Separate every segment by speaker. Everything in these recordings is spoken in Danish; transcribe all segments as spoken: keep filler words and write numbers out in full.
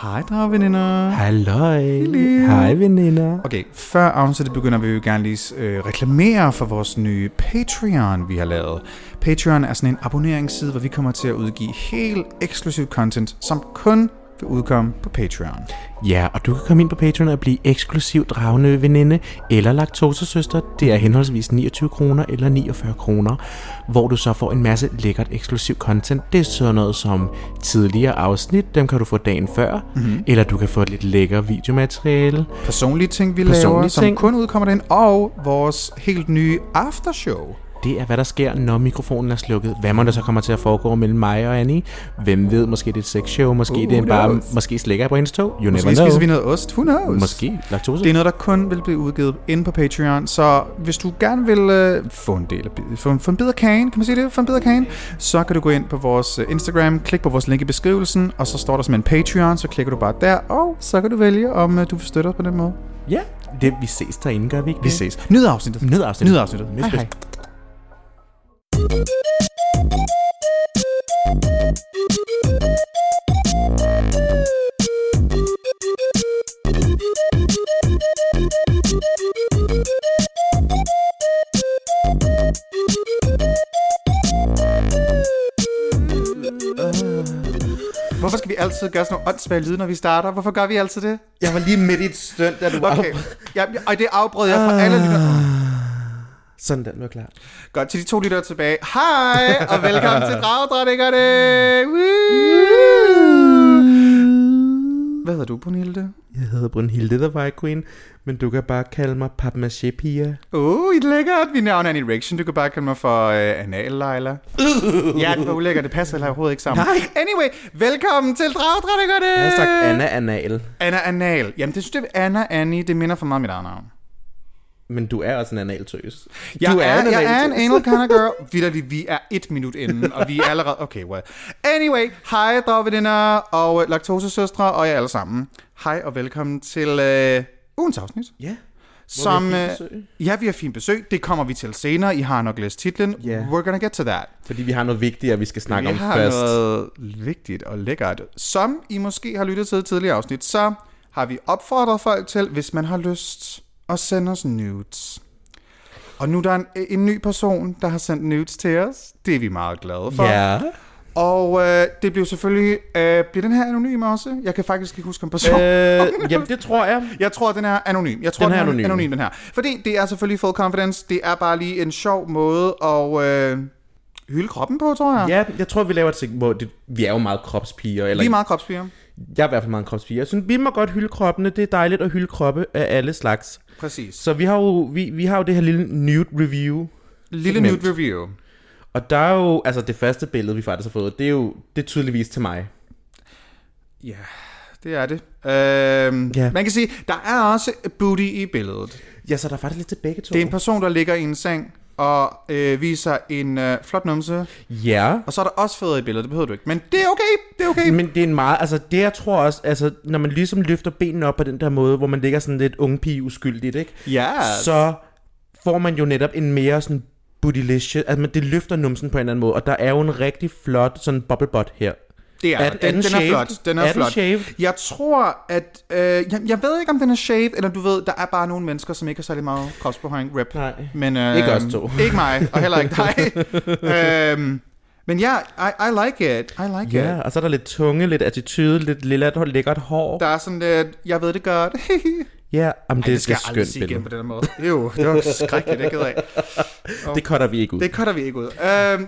Speaker 1: Hej, dragveninder.
Speaker 2: Halløj. Hej, veninder.
Speaker 1: Okay, før afsnittet begynder, vil vi jo gerne lige øh, reklamere for vores nye Patreon, vi har lavet. Patreon er sådan en abonneringsside, hvor vi kommer til at udgive helt eksklusiv content, som kun vil udkomme på Patreon.
Speaker 2: Ja, og du kan komme ind på Patreon og blive eksklusiv dragende veninde eller laktosesøster. Det er henholdsvis niogtyve kroner eller niogfyrre kroner, hvor du så får en masse lækkert eksklusiv content. Det er sådan noget som tidligere afsnit, dem kan du få dagen før, mm-hmm. eller du kan få et lidt lækker videomateriale.
Speaker 1: Personlige ting, vi
Speaker 2: Personlige
Speaker 1: laver,
Speaker 2: ting.
Speaker 1: som kun udkommer den, og vores helt nye aftershow.
Speaker 2: Det er, hvad der sker, når mikrofonen er slukket. Hvad må der så kommer til at foregå mellem mig og Annie? Hvem ved? Måske det er et sexshow, måske
Speaker 1: uh,
Speaker 2: det er bare,
Speaker 1: knows.
Speaker 2: måske slikker jeg på hendes tog. You
Speaker 1: Måske
Speaker 2: never know.
Speaker 1: spiser vi noget ost. Who knows?
Speaker 2: Måske laktose.
Speaker 1: Det er noget, der kun vil blive udgivet inde på Patreon. Så hvis du gerne vil øh, få en del af få en, få en bid af kagen, kan man sige det? Få en bid af kagen, så kan du gå ind på vores Instagram, klik på vores link i beskrivelsen, og så står der som en Patreon, så klikker du bare der, og så kan du vælge, om øh, du vil støtte os på den måde.
Speaker 2: Ja, det, vi ses derinde, gør vi ikke?
Speaker 1: Vi ses. Nyd afsnittet.
Speaker 2: Nyd afsnittet.
Speaker 1: Nyd afsnittet.
Speaker 2: Hej, hej.
Speaker 1: Hvorfor skal vi altid gøre sådan nogle åndssvage lyde, når vi starter? Hvorfor gør vi altid det?
Speaker 2: Jeg var lige midt i et stund, da du var
Speaker 1: Okay, ja, og det afbrød jeg fra alle lytter.
Speaker 2: Sådan, den var klar.
Speaker 1: Godt, til de to lyttere tilbage. Hej, og velkommen til Dragdronningerne. Hvad hedder du, Brunhilde?
Speaker 2: Jeg hedder Brunhilde, der var queen, men du kan bare kalde mig papmaché-pia.
Speaker 1: Uh, det er lækkert. Vi navner en erection. Du kan bare kalde mig for uh, Anal-Leila. Uh. Ja, det var ulækkert. Det passer heller overhovedet ikke sammen.
Speaker 2: Nej.
Speaker 1: Anyway, velkommen til Dragdronningerne.
Speaker 2: Jeg har sagt Anna Anal.
Speaker 1: Anna Anal. Jamen, det synes jeg, Anna Annie, det minder for meget om mit eget navn.
Speaker 2: Men du er også en analtøs.
Speaker 1: Jeg
Speaker 2: du
Speaker 1: er, er,
Speaker 2: en
Speaker 1: jeg er en
Speaker 2: analtøs.
Speaker 1: anal kind of girl. Vitterligt, vi er et minut inden, og vi er allerede... Okay, well. Anyway, hej dragveninder og uh, laktosesøstre og jer alle sammen. Hej og velkommen til uh, ugens afsnit.
Speaker 2: Ja.
Speaker 1: Som,
Speaker 2: vi
Speaker 1: uh,
Speaker 2: har fint besøg.
Speaker 1: ja, vi har fint besøg. Det kommer vi til senere. I har nok læst titlen.
Speaker 2: Ja.
Speaker 1: We're gonna get to that.
Speaker 2: Fordi vi har noget vigtigt, vi skal snakke
Speaker 1: Vi
Speaker 2: om
Speaker 1: har
Speaker 2: først.
Speaker 1: noget vigtigt og lækkert. Som I måske har lyttet til et tidligere afsnit, så har vi opfordret folk til, hvis man har lyst, at sende os nudes. Og nu er der en, en ny person, der har sendt nudes til os. Det er vi meget glade for.
Speaker 2: Ja.
Speaker 1: Og øh, det bliver selvfølgelig... Øh, bliver den her anonym også? Jeg kan faktisk ikke huske en person.
Speaker 2: Øh, jamen, det tror jeg.
Speaker 1: Jeg tror, den er anonym. Jeg tror,
Speaker 2: Den
Speaker 1: den,
Speaker 2: er
Speaker 1: er
Speaker 2: anonym.
Speaker 1: anonym, den her. Fordi det er selvfølgelig full confidence. Det er bare lige en sjov måde at øh, hylde kroppen på, tror jeg.
Speaker 2: Ja, jeg tror, vi laver et ting, hvor det, vi er jo meget kropspiger. Eller,
Speaker 1: Vi er meget kropspiger.
Speaker 2: Jeg er i hvert fald meget kropspiger. Jeg synes, vi må godt hylde kroppene. Det er dejligt at hylde kroppe af alle slags.
Speaker 1: Præcis.
Speaker 2: Så vi har jo, vi, vi har jo det her lille nude review.
Speaker 1: Lille
Speaker 2: segment.
Speaker 1: nude review.
Speaker 2: Og der er jo, altså det første billede, vi faktisk har fået, det er jo, det er tydeligvis til mig.
Speaker 1: Ja, det er det. Øhm,
Speaker 2: Ja.
Speaker 1: Man kan sige, der er også booty i billedet.
Speaker 2: Ja, så der er faktisk lidt til begge to.
Speaker 1: Det er en person, der ligger i en seng og øh, viser en øh, flot numse.
Speaker 2: Ja.
Speaker 1: Og så er der også fødder i billedet, det behøver du ikke. Men det er okay, det er okay.
Speaker 2: Men det er en meget, altså det jeg tror også, altså når man ligesom løfter benene op på den der måde, hvor man ligger sådan lidt ungpige uskyldigt, ikke?
Speaker 1: Yes.
Speaker 2: Så får man jo netop en mere sådan bootylicious, altså det løfter numsen på en eller anden måde, og der er jo en rigtig flot sådan bubble butt her.
Speaker 1: Det er,
Speaker 2: Er
Speaker 1: den,
Speaker 2: den
Speaker 1: den, den er
Speaker 2: shaved?
Speaker 1: flot. Den er,
Speaker 2: Er den
Speaker 1: flot.
Speaker 2: shaved?
Speaker 1: Jeg tror, at... Øh, jeg, jeg ved ikke, om den er shaved, eller du ved, der er bare nogle mennesker, som ikke har særlig meget kropsbehøring. Rip.
Speaker 2: Nej.
Speaker 1: Men, øh,
Speaker 2: Ikke os to.
Speaker 1: Ikke mig, og heller ikke dig. øhm, men ja, I, I like it. I like
Speaker 2: Ja,
Speaker 1: it.
Speaker 2: og så er der lidt tunge, lidt attitude, lidt lille lækkert hår.
Speaker 1: Der er sådan lidt, jeg ved det godt.
Speaker 2: Ja, jamen, det,
Speaker 1: Ej,
Speaker 2: det,
Speaker 1: det skal
Speaker 2: det
Speaker 1: jeg
Speaker 2: er
Speaker 1: aldrig
Speaker 2: skønt
Speaker 1: sige
Speaker 2: billede.
Speaker 1: igen på den her måde. Jo, det var skrækkeligt, det keder af.
Speaker 2: Det cutter vi ikke ud.
Speaker 1: Det cutter vi ikke ud. Øhm,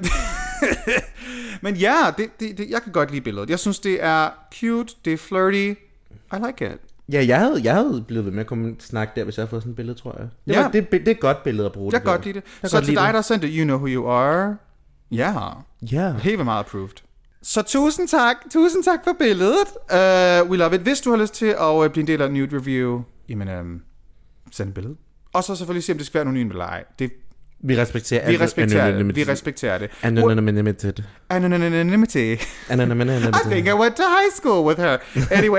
Speaker 1: men ja, det, det, det, jeg kan godt lide billedet. Jeg synes, det er cute, det er flirty. I like it.
Speaker 2: Ja, jeg havde, jeg havde blevet ved med at komme og snakke der, hvis jeg havde fået sådan et billede, tror jeg. Det,
Speaker 1: Ja.
Speaker 2: var, det, det er et godt billede at bruge.
Speaker 1: Jeg
Speaker 2: det
Speaker 1: kan godt
Speaker 2: på.
Speaker 1: lide det.
Speaker 2: Jeg
Speaker 1: Så
Speaker 2: godt
Speaker 1: til
Speaker 2: lide
Speaker 1: dig,
Speaker 2: det.
Speaker 1: der sendte You Know Who You Are. Ja,
Speaker 2: Ja.
Speaker 1: helt vildt meget approved. Så tusind tak, tusind tak for billedet. Uh, we love it. Hvis du har lyst til at uh, blive en del af Nude Review, jamen, um, send et billede. Og så selvfølgelig se, om det skal være anonymt eller ej. Det,
Speaker 2: Vi respekterer
Speaker 1: vi respekterer det.
Speaker 2: anonymity.
Speaker 1: Vi respekterer det.
Speaker 2: Anonymity.
Speaker 1: Anonymity.
Speaker 2: Anonymity.
Speaker 1: I think I went to high school with her. Anyway.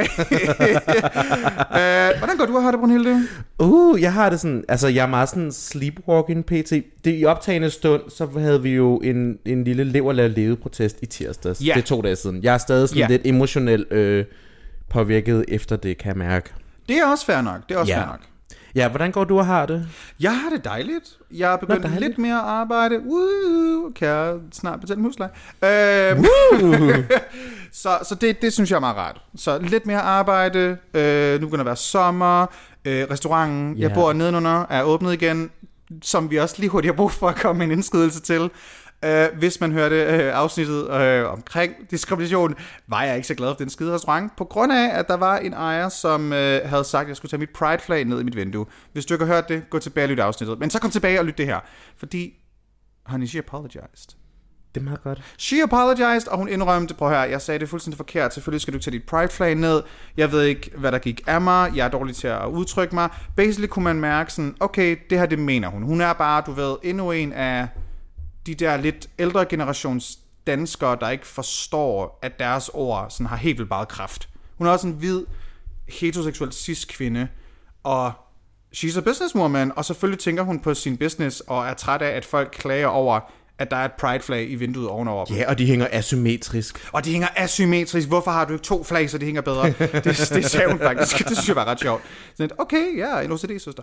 Speaker 1: uh, hvordan går du og har det, Brunhilde?
Speaker 2: Uh, jeg har det sådan, altså jeg er meget sådan sleepwalking pt. Det, i optagende stund, så havde vi jo en, en lille lev og lave leve protest i tirsdags.
Speaker 1: Ja.
Speaker 2: Det er to dage siden. Jeg er stadig sådan
Speaker 1: Ja.
Speaker 2: lidt emotionel øh, påvirket efter det, kan jeg mærke.
Speaker 1: Det er også fair nok. Det er også
Speaker 2: Ja.
Speaker 1: fair nok.
Speaker 2: Ja, hvordan går du og har det?
Speaker 1: Jeg har det dejligt. Jeg er begyndt
Speaker 2: Nå,
Speaker 1: lidt mere at arbejde. Uh, kan jeg snart betale min husleje? Uh,
Speaker 2: Uh.
Speaker 1: så så det, det synes jeg er meget rart. Så lidt mere arbejde. Uh, nu begynder at være sommer. Uh, restauranten, yeah. jeg bor nedenunder, er åbnet igen. Som vi også lige hurtigt har brug for at komme en indskydelse til. Uh, hvis man hørte uh, afsnittet uh, omkring diskrimination, var jeg ikke så glad for den skide restaurant, på grund af, at der var en ejer, som uh, havde sagt, at jeg skulle tage mit Pride-flag ned i mit vindue. Hvis du ikke har hørt det, gå tilbage og lyt afsnittet. Men så kom tilbage og lyt det her. Fordi, honey, she apologized.
Speaker 2: Det er meget godt.
Speaker 1: She apologized, og hun indrømte, prøv her, jeg sagde det fuldstændig forkert, selvfølgelig skal du tage dit Pride-flag ned, jeg ved ikke, hvad der gik af mig, jeg er dårlig til at udtrykke mig. Basically kunne man mærke sådan, okay, det her, det mener hun. Hun er bare, du ved, endnu en af de der lidt ældre generations danskere, der ikke forstår, at deres ord sådan har helt vildt meget kraft. Hun er også en hvid, heteroseksuel cis-kvinde, og she's a businesswoman, og selvfølgelig tænker hun på sin business, og er træt af, at folk klager over, at der er et pride-flag i vinduet ovenover dem.
Speaker 2: Ja, og de hænger asymmetrisk.
Speaker 1: Og de hænger asymmetrisk. Hvorfor har du ikke to flag, så de hænger bedre? det, det sagde hun faktisk. Det synes jeg var ret sjovt. Så okay, ja, en O C D-søster.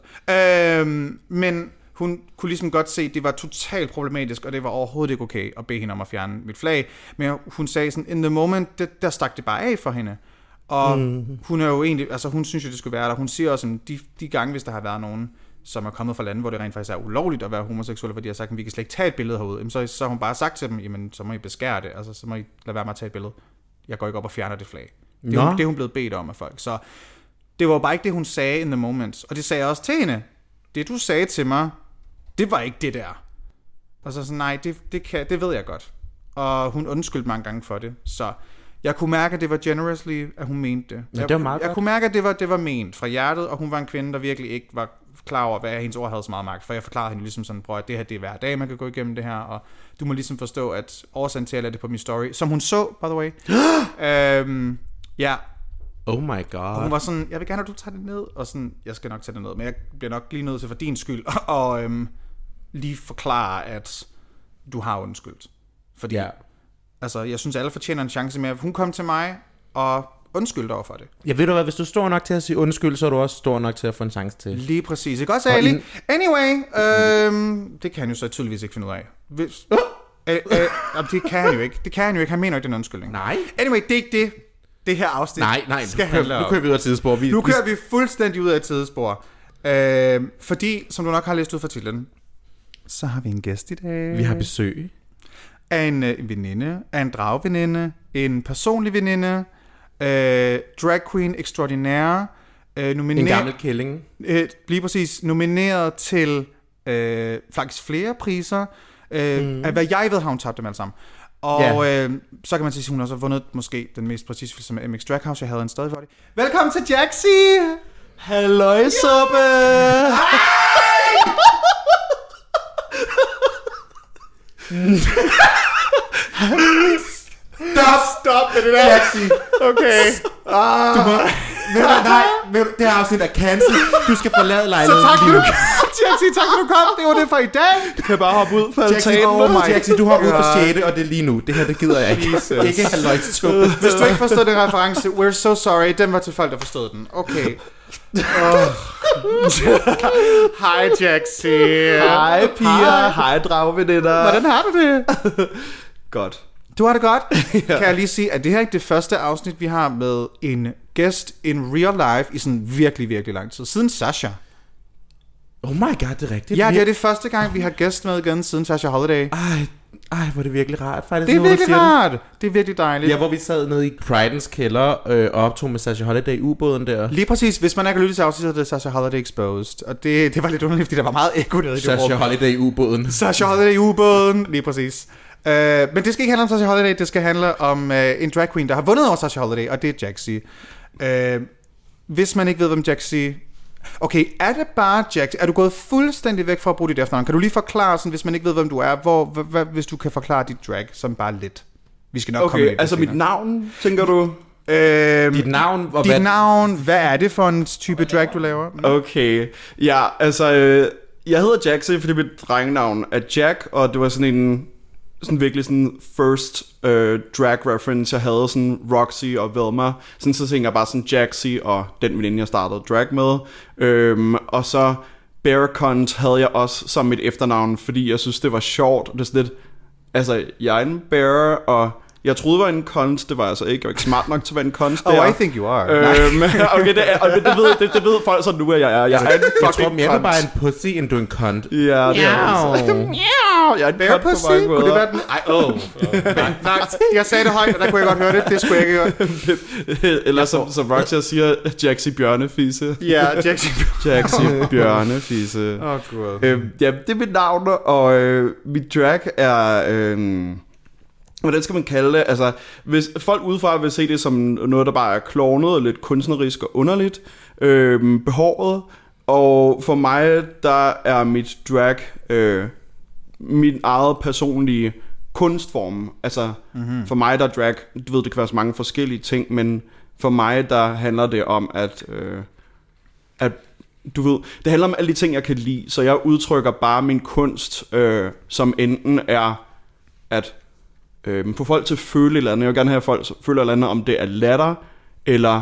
Speaker 1: Øhm, men hun kunne ligesom godt se, at det var totalt problematisk, og det var overhovedet ikke okay at bede hende om at fjerne mit flag. Men hun sagde sådan, in the moment, det, der stak det bare af for hende. Og mm. hun er jo egentlig, altså hun synes jo, det skulle være der. Hun siger også, at de, de gange, hvis der har været nogen, som er kommet fra lande, hvor det rent faktisk er ulovligt at være homoseksuelle, fordi de har sagt, at vi kan slet ikke tage et billede herude, så, så har hun bare sagt til dem, jamen, så må I beskære det, altså så må I lade være med at tage et billede. Jeg går ikke op og fjerner det flag. Det er, hun, det er hun blevet bedt om af folk. Så det var bare ikke det, hun sagde in the moment. Og det sagde jeg også til hende. Det, du sagde til mig, det var ikke det der. Og så sådan, nej, det, det, kan, det ved jeg godt. Og hun undskyldte mange gange for det. Så jeg kunne mærke, at det var generously, at hun mente det.
Speaker 2: Ja,
Speaker 1: jeg,
Speaker 2: det var meget
Speaker 1: jeg
Speaker 2: godt.
Speaker 1: kunne mærke, at det var, det var ment fra hjertet, og hun var en kvinde, der virkelig ikke var klar over, hvad hendes ord havde så meget magt. For jeg forklarede hende ligesom sådan, bror, at det her, det er hver dag, man kan gå igennem det her, og du må ligesom forstå, at årsagen til at lade det på min story, som hun så, by the way. øhm, ja.
Speaker 2: Oh my god.
Speaker 1: Og hun var sådan, jeg vil gerne, at du tager det ned, og sådan, jeg skal nok tage det ned, men jeg bliver nok lige nødt til for din skyld, og øhm, lige forklare, at du har undskyldt. Fordi,
Speaker 2: ja.
Speaker 1: altså, jeg synes, alle fortjener en chance med, at hun kom til mig, og undskyld over for det.
Speaker 2: Jeg ved du hvad, hvis du er stor nok til at sige undskyld, så er du også stor nok til at få en chance til.
Speaker 1: Lige præcis. Ikke også, Ali? Anyway, øhm, det kan han jo så tydeligvis ikke finde ud af. Hvis, øh, øh, det kan han jo ikke. Det kan han jo ikke. Han mener ikke den undskyldning.
Speaker 2: Nej.
Speaker 1: Anyway, det er ikke det, det her afsnit
Speaker 2: nej, nej,
Speaker 1: skal
Speaker 2: nu,
Speaker 1: handle om.
Speaker 2: Nu kører vi ud af tidsspor. Vi,
Speaker 1: nu kører vi fuldstændig ud af tidsspor. Øh, fordi, som du nok har læst ud fra titlen, så har vi en gæst i dag.
Speaker 2: Vi har besøg.
Speaker 1: Af en, øh, en veninde, af en dragveninde, en personlig veninde, øh, drag queen extraordinaire, øh, nomineret,
Speaker 2: en gammel kælling.
Speaker 1: Øh, lige præcis, nomineret til øh, faktisk flere priser. Øh, mm. Af hvad jeg ved, har hun tabt dem alle sammen. Og yeah. øh, så kan man sige, at hun også har vundet måske den mest præcise som M X Drag House. Jeg havde en stadig for det. Velkommen til Jaxi!
Speaker 3: Halløj, Suppe!
Speaker 1: Stop, stop med det der.
Speaker 3: Jaxi.
Speaker 1: Okay.
Speaker 2: Ah. Du må, ved du, nej, ved du, det her afsnit er cancel. Du skal forlade lejligheden.
Speaker 1: Så tak, for du kom, Jaxi. Tak, for du kom. Det var det for i dag.
Speaker 3: Du kan bare hoppe ud for
Speaker 2: altanen. Oh my. Jaxi, du har ud for sjette, og det er lige nu. Det her, det gider jeg ikke. Jesus. Ikke halløj til Suppe.
Speaker 1: Hvis du ikke forstod den reference, we're so sorry. Den var til folk, der forstod den. Okay. Oh. Hej, Jaxi.
Speaker 3: Hej, piger. Hej, dragveninder.
Speaker 1: Hvordan har du det?
Speaker 3: Godt.
Speaker 1: Du har det godt? Ja. Kan jeg lige sige, at det her ikke det første afsnit, vi har med en gæst in real life i sådan virkelig, virkelig lang tid. Siden Sasha.
Speaker 2: Oh my god, det er rigtigt.
Speaker 1: Ja, det er det første gang, vi har gæst med igen siden Sasha Holiday.
Speaker 2: Ej, ej, hvor er det virkelig rart. Faktisk,
Speaker 1: det er virkelig rart. Det. det er virkelig dejligt.
Speaker 2: Ja, hvor vi sad nede i Pridens kælder øh, og optog med Sasha Holiday ubåden der.
Speaker 1: Lige præcis. Hvis man ikke har lyttet til afsnittet, så er det Sasha Holiday Exposed. Og det, det var lidt underligt, fordi der var meget ekko nede i det rum.
Speaker 2: Sasha Holiday ubåden.
Speaker 1: Sasha Holiday ubåden. Lige præcis. Uh, men det skal ikke handle om Sasha Holiday. Det skal handle om uh, en drag queen, der har vundet over Sasha Holiday, og det er Jaxi. Uh, hvis man ikke ved, hvem Jaxi... Okay, er det bare Jaxi? Er du gået fuldstændig væk fra at bruge dit efternavn? Kan du lige forklare, sådan, hvis man ikke ved, hvem du er, hvor, h- h- hvis du kan forklare dit drag, som bare lidt? Vi skal nok
Speaker 3: okay,
Speaker 1: komme ind.
Speaker 3: Altså mit navn, tænker du?
Speaker 2: Øhm, dit navn?
Speaker 1: Og dit hvad... navn, hvad er det for en type drag, du laver?
Speaker 3: Okay, ja, altså... Øh, jeg hedder Jaxi, fordi mit drengenavn er Jack, og det var sådan en... sådan virkelig sådan first øh, drag reference, jeg havde sådan Roxy og Velma. Sådan så tænker jeg bare sådan Jaxi og den veninde, jeg startede drag med. Øhm, og så Bear Cunt havde jeg også som mit efternavn, fordi jeg synes, det var sjovt. Det er sådan lidt, altså, jeg er en bear, og jeg troede, det var en cunt, det var altså ikke. Jeg var ikke smart nok til at være en cunt.
Speaker 1: Oh,
Speaker 3: der.
Speaker 1: I think you are.
Speaker 3: Øhm, okay, det, er, og det, det, ved, det, det ved folk så nu, at jeg er. Jeg er en
Speaker 2: Jeg
Speaker 3: fucking
Speaker 2: tror mere, du
Speaker 3: cunt.
Speaker 2: bare er en pussy, end du er en cunt.
Speaker 3: Ja, det er altså. Jeg er en
Speaker 1: Bear
Speaker 3: cunt på
Speaker 1: pussy?
Speaker 3: mange måder.
Speaker 1: Kunne det være den? Ej, åh. Oh. Nej, jeg sagde det højt, og der kunne jeg godt høre det. Det skulle jeg ikke høre.
Speaker 3: Eller som, som Roxy siger, Jaxi Bjørnefisse.
Speaker 1: Ja, Jaxi.
Speaker 3: Jaxi Bjørnefisse.
Speaker 1: Åh, gud.
Speaker 3: Øh, ja, det er mit navn, og øh, mit drag er... Øh, hvordan skal man kalde det? Altså, hvis folk udefra vil se det som noget, der bare er klovnet og lidt kunstnerisk og underligt, øh, behåret. Og for mig, der er mit drag øh, min eget personlige kunstform. Altså, mm-hmm. for mig, der er drag, du ved, det kan være så mange forskellige ting, men for mig, der handler det om, at... Øh, at du ved, det handler om alle de ting, jeg kan lide, så jeg udtrykker bare min kunst, øh, som enten er at øh, få folk til at føle et eller andet. Jeg vil gerne have, at folk føler et eller andet, om det er latter, eller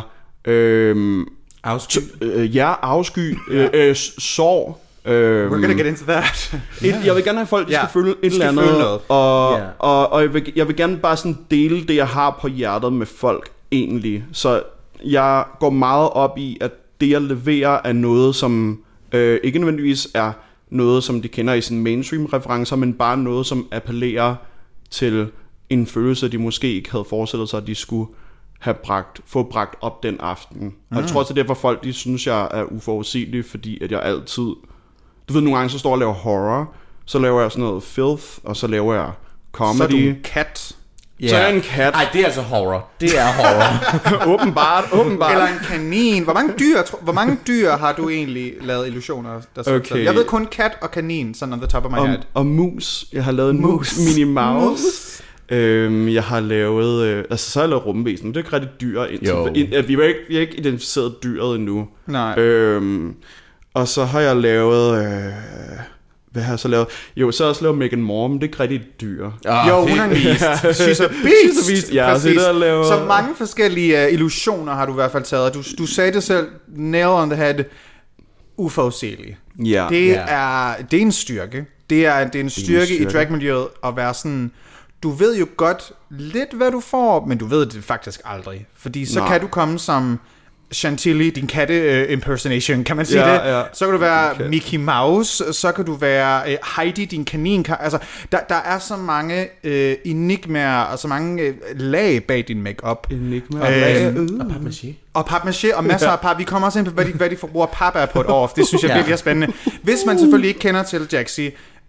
Speaker 3: øh,
Speaker 2: afsky.
Speaker 3: T- øh, ja, afsky, øh, øh, sorg. Øh,
Speaker 1: We're gonna get into that.
Speaker 3: et, jeg vil gerne have folk, der
Speaker 1: Ja,
Speaker 3: skal føle et
Speaker 1: de skal
Speaker 3: eller andet,
Speaker 1: føle noget.
Speaker 3: og,
Speaker 2: Ja.
Speaker 3: og, og jeg, vil, jeg vil gerne bare sådan dele det, jeg har på hjertet med folk, egentlig. Så jeg går meget op i, at det, jeg leverer, er noget, som øh, ikke nødvendigvis er noget, som de kender i sådan mainstream-referencer, men bare noget, som appellerer til en følelse, de måske ikke havde forestillet sig, at de skulle have bragt, få bragt op den aften. Mm. Og jeg tror også, det er derfor folk, de synes, jeg er uforudsigelig, fordi at jeg altid... Du ved, nogle gange så står jeg og laver horror, så laver jeg sådan noget filth, og så laver jeg comedy.
Speaker 1: Så er du en kat.
Speaker 2: Yeah.
Speaker 3: Så er jeg en kat.
Speaker 2: Ej, det er altså horror. Det er horror.
Speaker 3: åbenbart, åbenbart.
Speaker 1: Eller en kanin. Hvor mange dyr, tro- hvor mange dyr har du egentlig lavet illusioner? Der okay.
Speaker 3: Okay.
Speaker 1: Jeg ved kun kat og kanin, sådan on the top of my
Speaker 3: og,
Speaker 1: head.
Speaker 3: og mus. Jeg har lavet en mus.
Speaker 1: Mus.
Speaker 3: Minnie Mouse. Øhm, jeg har lavet... Øh, altså, så har jeg lavet rumvæsen. Men det er ikke rigtig dyr. Indtil,
Speaker 2: Jo.
Speaker 3: ind, at vi, har ikke, vi har ikke identificeret dyret endnu.
Speaker 1: Nej.
Speaker 3: Øhm, og så har jeg lavet... Øh, hvad har jeg så lavet? Jo, så har jeg også lavet Meghan Moore, men det er ikke rigtig et dyr.
Speaker 2: Oh,
Speaker 1: Jo, hun er en beast. She's a beast.
Speaker 3: She's a beast. Ja,
Speaker 1: Præcis.
Speaker 3: så, der laver...
Speaker 1: Så mange forskellige uh, illusioner har du i hvert fald taget. Du, du sagde det selv, nail on the head, uforudsigelig.
Speaker 3: Ja.
Speaker 1: Det,
Speaker 2: Ja.
Speaker 1: er, det er en styrke. Det er, det er en styrke,
Speaker 3: styrke.
Speaker 1: i dragmiljøet at være sådan... Du ved jo godt lidt, hvad du får, men du ved det faktisk aldrig. Fordi så
Speaker 3: Nej.
Speaker 1: kan du komme som Chantilly, din katte-impersonation, kan man sige
Speaker 3: Ja,
Speaker 1: det?
Speaker 3: ja.
Speaker 1: Så kan du være
Speaker 3: Okay.
Speaker 1: Mickey Mouse, så kan du være øh, Heidi, din kanin. Altså, der, der er så mange øh, enigmaer og så mange øh, lag bag din make-up.
Speaker 3: Enigma.
Speaker 1: Øh,
Speaker 2: Og papmaché.
Speaker 1: Og papmaché og masser af pap. Vi kommer også ind på, hvad de, hvad de forbruger pap af på et år. Det synes jeg
Speaker 2: Ja.
Speaker 1: virkelig er spændende. Hvis man selvfølgelig ikke kender til Jaxi,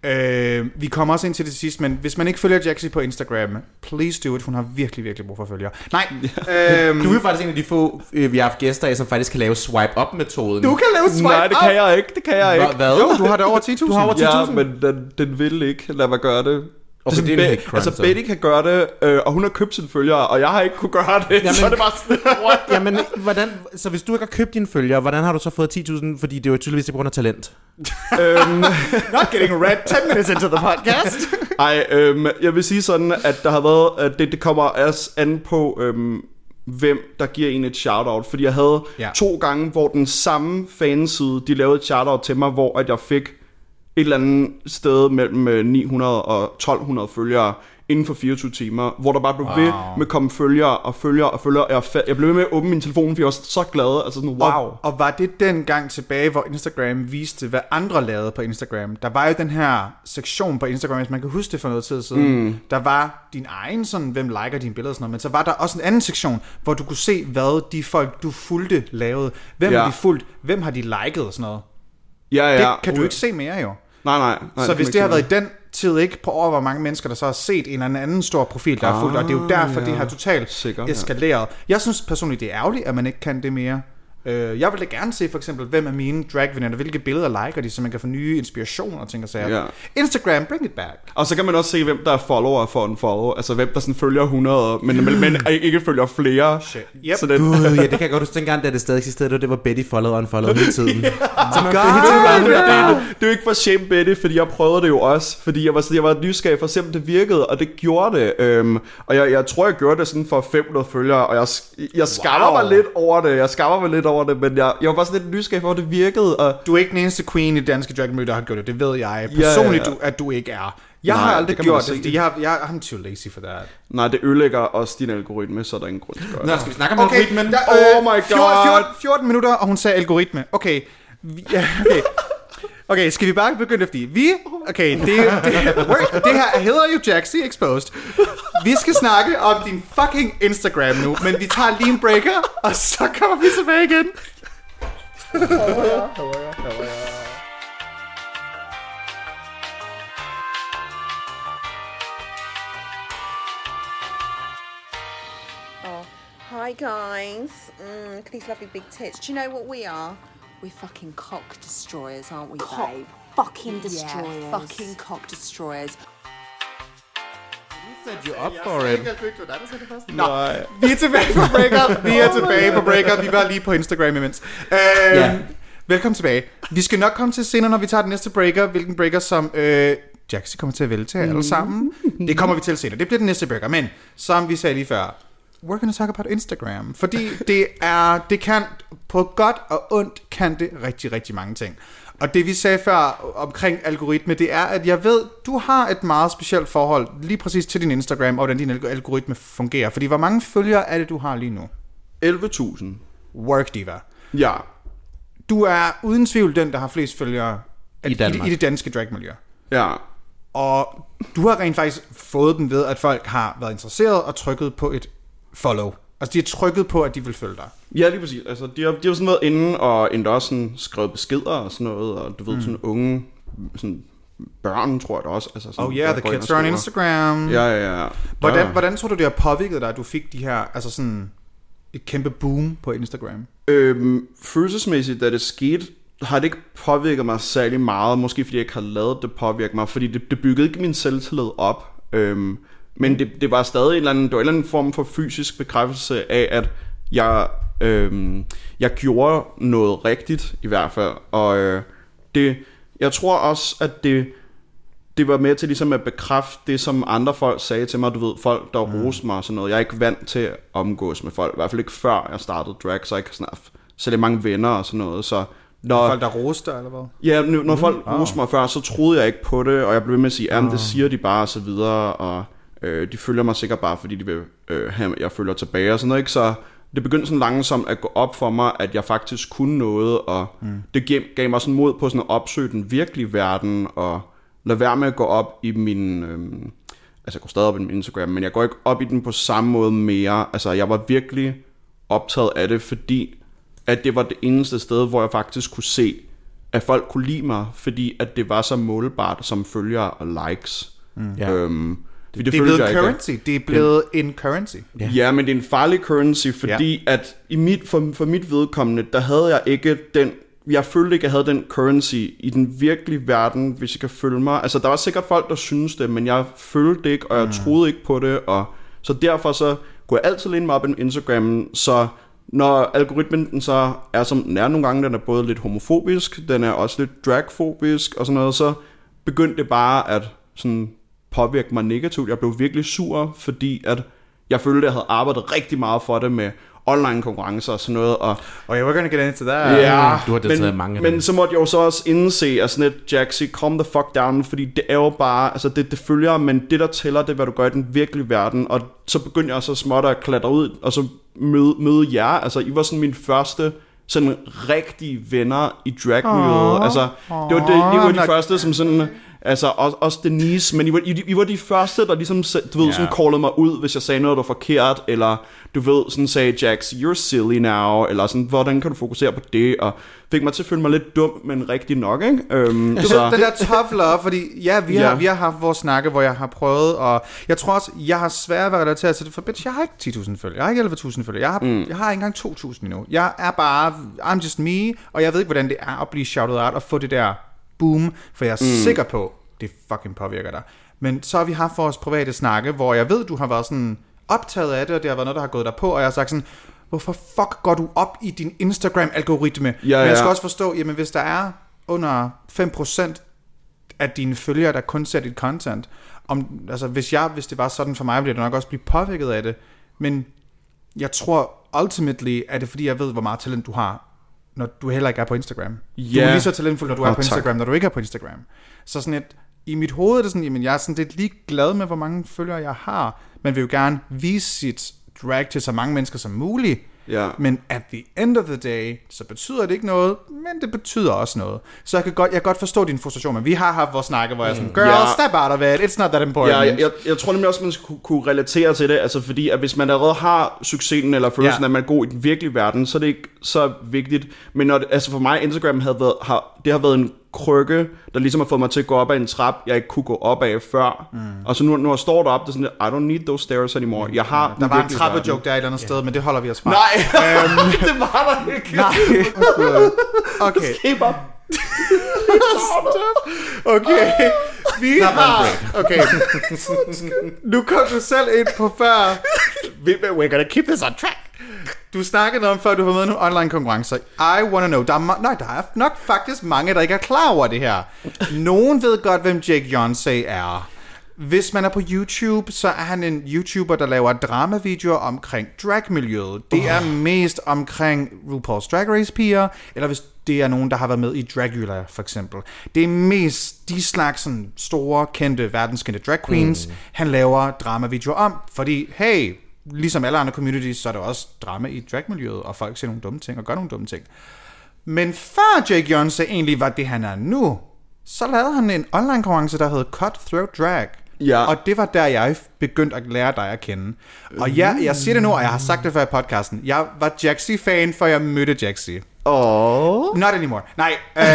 Speaker 1: øh, vi kommer også ind til det sidste, men hvis man ikke følger Jaxi på Instagram, please do it. Hun har virkelig, virkelig brug for følgere. Nej. øhm,
Speaker 2: Du er faktisk en af de få, øh, vi har haft gæster af, som faktisk kan lave swipe-up-metoden.
Speaker 1: du kan lave swipe
Speaker 3: Nej, det kan jeg ikke. Det kan jeg ikke.
Speaker 2: Hva- Hvad?
Speaker 1: Jo, du har det over ti tusind.
Speaker 2: Du har over ti
Speaker 3: Ja,
Speaker 2: tusind.
Speaker 3: men den, den vil ikke lade mig gøre det.
Speaker 2: Okay,
Speaker 3: sådan,
Speaker 2: det er en
Speaker 3: Be-
Speaker 2: helt crunch,
Speaker 3: altså
Speaker 2: så.
Speaker 3: Betty kan gøre det, øh, og hun har købt sine følgere, og jeg har ikke kunne gøre det.
Speaker 2: Jamen-
Speaker 3: Så er det bare sådan, what?
Speaker 2: Jamen, hvordan, så hvis du ikke har købt dine følgere, hvordan har du så fået ti tusind? Fordi det er jo tydeligvis på grund af talent.
Speaker 3: øhm,
Speaker 1: Not getting red ten minutes into the podcast.
Speaker 3: ej, øhm, jeg vil sige sådan, at der har været, at det, det kommer også an på, øhm, hvem der giver en et shoutout. Fordi jeg havde
Speaker 1: Ja.
Speaker 3: ja. to gange, hvor den samme fanside, de lavede et shoutout til mig, hvor at jeg fik et eller andet sted mellem øh, ni hundrede og tolv hundrede følgere inden for fireogtyve timer, hvor der bare blev wow. ved med at komme følgere og følgere og følgere. Jeg, fa- jeg blev ved med at åbne min telefon, fordi jeg var så glad. Altså sådan, wow.
Speaker 1: Og, og var det den gang tilbage, hvor Instagram viste, hvad andre lavede på Instagram? Der var jo den her sektion på Instagram, hvis man kan huske det for noget tid siden. Mm. Der var din egen, sådan, hvem liker dine billeder og sådan noget, men så var der også en anden sektion, hvor du kunne se, hvad de folk, du fulgte, lavede. Hvem
Speaker 3: Ja.
Speaker 1: har de fulgt? Hvem har de liket og sådan noget?
Speaker 3: Ja, ja.
Speaker 1: Det kan du ikke se mere jo.
Speaker 3: Nej, nej. nej
Speaker 1: Så hvis
Speaker 3: kan
Speaker 1: det har
Speaker 3: man
Speaker 1: været
Speaker 3: ikke
Speaker 1: i den tid, ikke på over, hvor mange mennesker, der så har set en eller anden stor profil, der er fulgt, og det er jo derfor,
Speaker 3: ja.
Speaker 1: det har totalt
Speaker 3: Sikkert, ja.
Speaker 1: eskaleret. Jeg synes personligt, det er ærgerligt, at man ikke kan det mere. Øh, jeg vil da gerne se for eksempel, hvem er mine dragveninder, hvilke billeder liker de, så man kan få nye inspirationer og ting og sager.
Speaker 3: Ja.
Speaker 1: Instagram, bring it back.
Speaker 3: Og så kan man også se, hvem der er follower for en follow. Altså hvem der sådan følger hundrede, men, men, men ikke følger flere.
Speaker 1: Yep.
Speaker 2: Så den... Gud, ja, det kan jeg godt huske. Dengang, da det stadig eksisterede, det var Betty follow og unfollow hele tiden.
Speaker 3: yeah. Så man God, det, det, det, det er jo ikke for shame Betty, fordi jeg prøvede det jo også. Fordi jeg var, jeg var nysgerrig for at se, om det virkede, og det gjorde det. Øhm, og jeg, jeg tror, jeg gjorde det sådan for fem hundrede følgere, og jeg, jeg skammer wow. mig lidt over det. Jeg skammer mig lidt over det, men jeg, jeg var bare sådan lidt nysgerrig for, at det virkede. Og...
Speaker 1: Du er ikke den eneste queen i danske dragmiljø, der har gjort det. Det ved jeg personligt, ja, ja, ja. Du, at du ikke er. Jeg Nej, har aldrig det gjort det, fordi jeg, jeg, I'm too lazy for that.
Speaker 3: Nej, det ødelægger også din algoritme, så er der ingen grund til at gøre det.
Speaker 2: Nå, skal vi snakke om
Speaker 1: okay,
Speaker 2: algoritmen?
Speaker 1: Der, øh, oh my god. fjorten, fjorten minutter, og hun sagde algoritme. Okay, ja, okay. Okay, skal vi bare begynde, fordi vi... Okay, det, det, det her hedder jo Jaxi Exposed. Vi skal snakke om din fucking Instagram nu, men vi tager lige en breaker, og så kommer vi tilbage igen.
Speaker 4: Oh, hi guys. Mm, look at these lovely big tits. Do you know what we are? We're fucking cock destroyers, aren't we,
Speaker 5: cock
Speaker 4: babe?
Speaker 5: Fucking destroyers.
Speaker 4: Yeah, fucking cock destroyers.
Speaker 2: Set you up for it.
Speaker 1: Nå, vi er tilbage på Breakup. Vi er tilbage på Breakup. Vi var lige på Instagram imens. Øh, yeah. Velkommen tilbage. Vi skal nok komme til senere, når vi tager den næste breaker. Hvilken breaker, som øh, Jaxi kommer til at vælge til alle sammen. Det kommer vi til senere. Det bliver den næste breaker. Men som vi sagde lige før, we're gonna talk about Instagram. Fordi det er, det kan, på godt og ondt, kan det rigtig, rigtig mange ting. Og det vi sagde før omkring algoritme, det er, at jeg ved, du har et meget specielt forhold lige præcis til din Instagram, og hvordan din algoritme fungerer. Fordi hvor mange følgere er det, du har lige nu?
Speaker 3: elleve tusind.
Speaker 1: Work diva.
Speaker 3: Ja.
Speaker 1: Du er uden tvivl den, der har flest følgere
Speaker 2: i,
Speaker 1: i, i det danske dragmiljø.
Speaker 3: Ja.
Speaker 1: Og du har rent faktisk fået dem ved, at folk har været interesseret og trykket på et follow. Altså de har trykket på, at de vil følge dig.
Speaker 3: Ja, lige præcis. Altså, de har, de har sådan været inde og endda også sådan skrevet beskeder og sådan noget, og du ved, mm. sådan unge sådan børn, tror jeg også. Altså sådan,
Speaker 1: oh yeah, the kids are on Instagram.
Speaker 3: Ja, ja, ja.
Speaker 1: Hvordan, hvordan tror du, det har påvirket dig, at du fik de her, altså sådan et kæmpe boom på Instagram?
Speaker 3: Øhm, følelsesmæssigt, da det skete, har det ikke påvirket mig særlig meget. Måske fordi jeg ikke har lavet det påvirke mig, fordi det, det byggede ikke min selvtillid op. Øhm, Men det, det var stadig en eller anden, det var en eller anden form for fysisk bekræftelse af, at jeg, øhm, jeg gjorde noget rigtigt i hvert fald. Og øh, det, jeg tror også, at det, det var med til ligesom at bekræfte det, som andre folk sagde til mig. Du ved, folk der mm. roste mig og sådan noget. Jeg er ikke vant til at omgås med folk. I hvert fald ikke før jeg startede drag, så jeg ikke sådan særlig mange venner og sådan noget. Så når
Speaker 1: folk der roste eller hvad?
Speaker 3: Ja, når mm. folk oh. roste mig før, så troede jeg ikke på det, og jeg blev ved med at sige, jamen oh. det siger de bare og så videre, og Øh, de følger mig sikkert bare, fordi de vil øh, have, jeg følger tilbage og sådan noget, ikke? Så det begyndte sådan langsomt at gå op for mig, at jeg faktisk kunne noget, og mm. det gav, gav mig sådan mod på sådan at opsøge den virkelige verden, og lade være med at gå op i min, øh, altså jeg går stadig op i min Instagram, men jeg går ikke op i den på samme måde mere. Altså jeg var virkelig optaget af det, fordi at det var det eneste sted, hvor jeg faktisk kunne se, at folk kunne lide mig, fordi at det var så målbart som følgere og likes. Mm. Øhm,
Speaker 1: Det, det er blevet en currency. Det er blevet ja. en currency.
Speaker 3: Ja. ja, men det er en farlig currency, fordi ja. at i mit, for, for mit vedkommende, der havde jeg ikke den, jeg følte ikke, jeg havde den currency i den virkelige verden, hvis jeg kan følge mig. Altså, der var sikkert folk, der synes det, men jeg følte det ikke, og jeg mm. troede ikke på det, og så derfor så kunne jeg altid læne mig op på Instagram, så når algoritmen den så er som den er nogle gange, den er både lidt homofobisk, den er også lidt dragfobisk og sådan noget, så begyndte det bare at sådan påvirke mig negativt. Jeg blev virkelig sur, fordi at jeg følte, at jeg havde arbejdet rigtig meget for det med online konkurrencer og sådan noget. Og
Speaker 1: oh, yeah, we're gonna get into that.
Speaker 3: Ja,
Speaker 2: du har
Speaker 3: men,
Speaker 2: mange
Speaker 3: men så måtte jeg jo så også indse, at sådan et Jaxi, calm the fuck down, fordi det er jo bare, altså det, det følger, men det der tæller, det er, hvad du gør i den virkelige verden. Og så begyndte jeg så småt at klatre ud, og så møde, møde jer. Altså, I var sådan min første sådan rigtige venner i dragmiljøet. Altså, det var, det, det var de første, som sådan Altså, også, også Denise, men I var, I, I var de første, der ligesom, du ved, yeah. sådan callede mig ud, hvis jeg sagde noget, der var forkert, eller du ved, sådan sagde, Jax, you're silly now, eller sådan, hvordan kan du fokusere på det, og fik mig til at føle mig lidt dum, men rigtig nok, ikke? Øhm,
Speaker 1: du så. ved, den der tough love, fordi ja, vi har, yeah. vi har haft vores snakke, hvor jeg har prøvet, og jeg tror også, jeg har svært ved at relatere til det, for bitch, jeg har ikke ti tusind følgere, jeg har ikke elleve tusind følgere, jeg har, mm. jeg har ikke engang to tusind endnu. Jeg er bare, I'm just me, og jeg ved ikke, hvordan det er at blive shouted out, og få det der boom, for jeg er mm. sikker på, det fucking påvirker dig. Men så har vi haft vores private snakke, hvor jeg ved, du har været sådan optaget af det, og det har været noget, der har gået dig på, og jeg har sagt sådan, hvorfor fuck går du op i din Instagram-algoritme?
Speaker 3: Ja,
Speaker 1: Men jeg skal
Speaker 3: ja.
Speaker 1: også forstå, jamen hvis der er under fem procent af dine følgere, der kun ser dit content, om, altså hvis, jeg, hvis det var sådan for mig, ville jeg nok også blive påvirket af det. Men jeg tror ultimately, er det fordi, jeg ved, hvor meget talent du har, når du heller ikke er på Instagram.
Speaker 3: Ja.
Speaker 1: Du er lige så talentfuld, når du er
Speaker 3: oh,
Speaker 1: på Instagram,
Speaker 3: tak.
Speaker 1: når du ikke er på Instagram. Så sådan et, i mit hoved er det sådan, jamen jeg er sådan lidt lige glad med, hvor mange følgere jeg har, men vil jo gerne vise sit drag til så mange mennesker som muligt.
Speaker 3: Ja.
Speaker 1: Men at the end of the day, så betyder det ikke noget, men det betyder også noget. Så jeg kan godt, jeg kan godt forstå din frustration, men vi har haft vores snakke, hvor jeg er sådan, girl,
Speaker 3: Ja.
Speaker 1: step out of it, it's not that important.
Speaker 3: Ja, jeg, jeg, jeg tror nemlig også, man skulle kunne relatere til det, altså fordi, at hvis man allerede har succesen, eller følelsen,
Speaker 1: Ja.
Speaker 3: at man er god i den virkelige verden, så er det ikke så vigtigt. Men når det, altså for mig, Instagram havde været, har, det har været en krykke, der ligesom har fået mig til at gå op ad en trap, jeg ikke kunne gå op af før. Mm. Og så nu, nu jeg står deroppe, det er sådan, I don't need those stairs anymore. Jeg har
Speaker 1: Der var en trappejoke der et eller andet sted, men det holder vi os fra.
Speaker 3: Nej, øhm, det var der ikke.
Speaker 1: Nej. Okay.
Speaker 3: Keep up.
Speaker 1: Okay. Vi har... Okay. Nu kom du selv ind på før. We're gonna keep this on track. Du snakkede om, før du var med i nogle online konkurrencer. I wanna know. Der er, ma- nej, der er nok faktisk mange, der ikke er klar over det her. Nogen ved godt, hvem Jake Yonsei er. Hvis man er på YouTube, så er han en YouTuber, der laver dramavideoer omkring dragmiljøet. Det oh. er mest omkring RuPaul's Drag Race piger, eller hvis det er nogen, der har været med i Dragula, for eksempel. Det er mest de slags sådan, store, kendte, verdenskendte drag queens, mm. han laver dramavideoer om. Fordi, hey, ligesom alle andre communities, så er der også drama i dragmiljøet, og folk siger nogle dumme ting og gør nogle dumme ting. Men før Jake Yonsei egentlig var det, han er nu, så lavede han en online konkurrence, der hed Cutthroat Drag.
Speaker 3: Ja.
Speaker 1: Og det var der, jeg begyndte at lære dig at kende. Og ja, jeg siger det nu, og jeg har sagt det før i podcasten. Jeg var Jaxi-fan, før jeg mødte Jaxi.
Speaker 3: Oh.
Speaker 1: Not anymore. Nej, øh,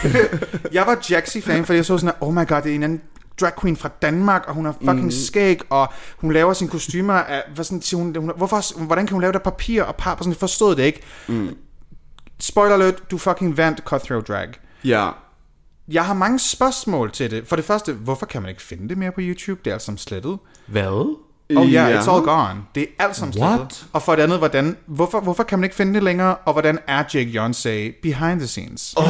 Speaker 1: jeg var Jaxi-fan, fordi jeg så sådan, oh my god, det er en anden drag queen fra Danmark, og hun har fucking mm. skæg, og hun laver sine kostymer af, hvad sådan, hun, hun, hvorfor, hvordan kan hun lave det af papir og pap, og sådan, jeg forstod det ikke. Mm. Spoiler alert, du fucking vandt Cutthroat Drag.
Speaker 3: Ja.
Speaker 1: Jeg har mange spørgsmål til det. For det første, hvorfor kan man ikke finde det mere på YouTube? Det er alt sammen slettet.
Speaker 2: Hvad?
Speaker 1: Oh ja, yeah,
Speaker 3: Ja.
Speaker 1: it's all gone. Det er alt sammen slettet.
Speaker 2: What?
Speaker 1: Og for det andet, hvordan, hvorfor, hvorfor kan man ikke finde det længere? Og hvordan er Jake Yonsei behind the scenes? Oh.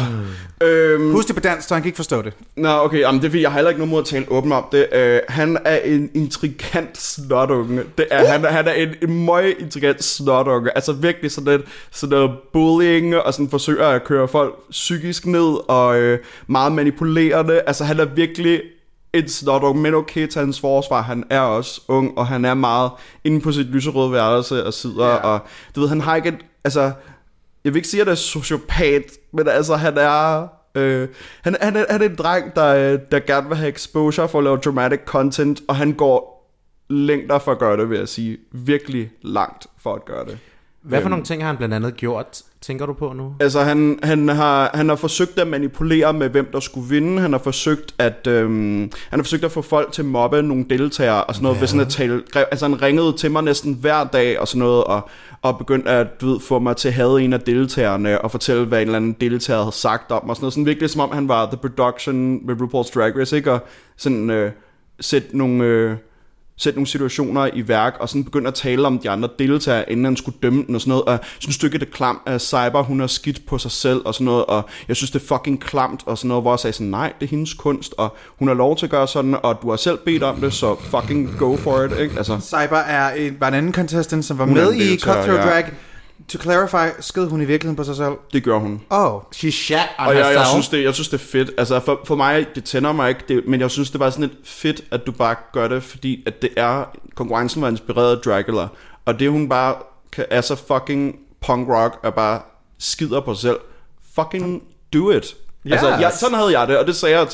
Speaker 3: Øhm,
Speaker 1: Husk det på dansk, så han kan ikke forstå det.
Speaker 3: Nå, okay, jamen, det er fordi, jeg har heller ikke nogen måde at tale åbent om det. Uh, han er en intrigant snotunge. Det er, han, han er en, en meget intrigant snotunge. Altså virkelig sådan lidt, sådan noget bullying, og sådan forsøger at køre folk psykisk ned, og uh, meget manipulerende. Altså han er virkelig en snotunge, men okay til hans forsvar. Han er også ung, og han er meget inde på sit lyserøde værelse og sidder, yeah. og du ved, han har ikke et, altså... Jeg vil ikke sige, at han er sociopat, men altså, han er... Øh, han, han, er, han er en dreng, der, der gerne vil have exposure for at lave dramatic content, og han går længder for at gøre det, vil jeg sige. Virkelig langt for at gøre det.
Speaker 2: Hvad for
Speaker 3: øhm,
Speaker 2: nogle ting har han blandt andet gjort, tænker du på nu?
Speaker 3: Altså, han, han, har, han har forsøgt at manipulere med, hvem der skulle vinde. Han har forsøgt at, øhm, han har forsøgt at få folk til at mobbe nogle deltagere, og sådan noget, ved sådan at tale... Altså, han ringede til mig næsten hver dag, og sådan noget, og, og begyndte at, du ved, få mig til at have en af deltagerne, og fortælle, hvad en eller anden deltager havde sagt om, og sådan noget. Sådan virkelig, som om han var the production med RuPaul's Drag Race, ikke? Og sådan øh, sætte nogle... Øh, sætte nogle situationer i værk, og sådan begynde at tale om de andre deltagere, inden han skulle dømme den og sådan noget, og jeg synes ikke, det er klamt, at Cyber, hun har skidt på sig selv og sådan noget, og jeg synes, det er fucking klamt og sådan noget, hvor jeg sagde sådan, nej, det er hendes kunst, og hun har lov til at gøre sådan, og du har selv bedt om det, så fucking go for it, ikke? Altså.
Speaker 1: Cyber er en, var en anden contestant, som var
Speaker 3: Hun
Speaker 1: med
Speaker 3: en
Speaker 1: i
Speaker 3: deltager,
Speaker 1: Cutthroat
Speaker 3: ja.
Speaker 1: Drag. To clarify, sked hun i virkeligheden på sig selv?
Speaker 3: Det gør hun.
Speaker 1: Oh, she shat on
Speaker 3: Og jeg,
Speaker 1: herself.
Speaker 3: jeg, synes det, jeg synes det er fedt. Altså for, for mig, det tænder mig ikke, det, men jeg synes det var sådan lidt fedt, at du bare gør det, fordi at det er, konkurrencen var inspireret af Dracula, og det hun bare kan, er så fucking punk rock, og bare skider på sig selv. Fucking do it.
Speaker 1: Yes.
Speaker 3: Altså, jeg, sådan havde jeg det, og det sagde jeg til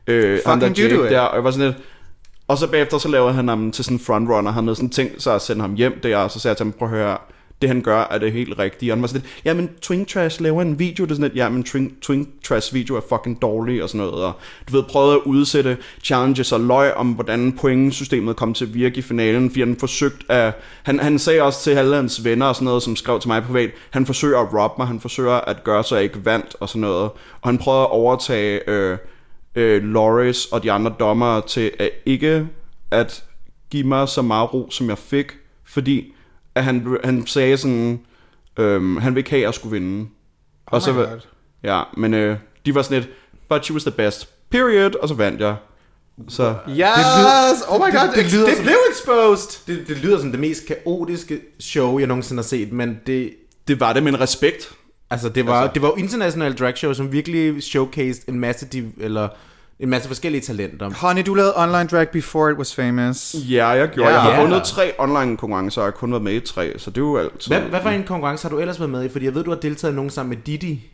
Speaker 3: øh,
Speaker 1: Fucking do it.
Speaker 3: Der, og jeg var sådan lidt, og så bagefter så lavede han ham til sådan en frontrunner. Han havde sådan tænkt sig at sende ham hjem der, og så sagde jeg til ham, prøv at høre, det han gør er det helt rigtigt. Og han var sådan lidt, jamen Twink Trash laver en video, det er sådan lidt, jamen Twink, Twink Trash video er fucking dårlig og sådan noget. Og du ved, prøvede at udsætte challenges og løg om, hvordan pointsystemet kom til at virke i finalen, fordi han forsøgte at, han, han sagde også til alle hans venner og sådan noget, som skrev til mig privat, han forsøger at robbe mig, han forsøger at gøre så jeg ikke vandt og sådan noget. Og han prøvede at overtage øh, øh, Loris og de andre dommere til at ikke at give mig så meget ro, som jeg fik, fordi at han, han sagde sådan, øhm, han vil ikke have, at jeg skulle vinde.
Speaker 1: Oh
Speaker 3: og så var, ja, men øh, de var sådan lidt, but she was the best, period, og så vandt jeg. Så
Speaker 1: yes! Oh my god, det, det, det, det blev exposed!
Speaker 2: Det, det lyder som det mest kaotiske show, jeg nogensinde har set, men det...
Speaker 3: Det var det med en respekt.
Speaker 2: Altså, det var, altså. det var jo internationale drag show, som virkelig showcased en masse, div, eller en masse forskellige talenter.
Speaker 1: Honey, du lavede online drag before it was famous.
Speaker 3: Ja, jeg gjorde.
Speaker 1: Yeah.
Speaker 3: Jeg har
Speaker 2: Yeah.
Speaker 3: vundet tre online konkurrencer, og jeg har kun været med i tre, så det er jo altid...
Speaker 2: Hvad, hvad for en konkurrence har du ellers været med i? Fordi jeg ved, du har deltaget nogen sammen med Didi.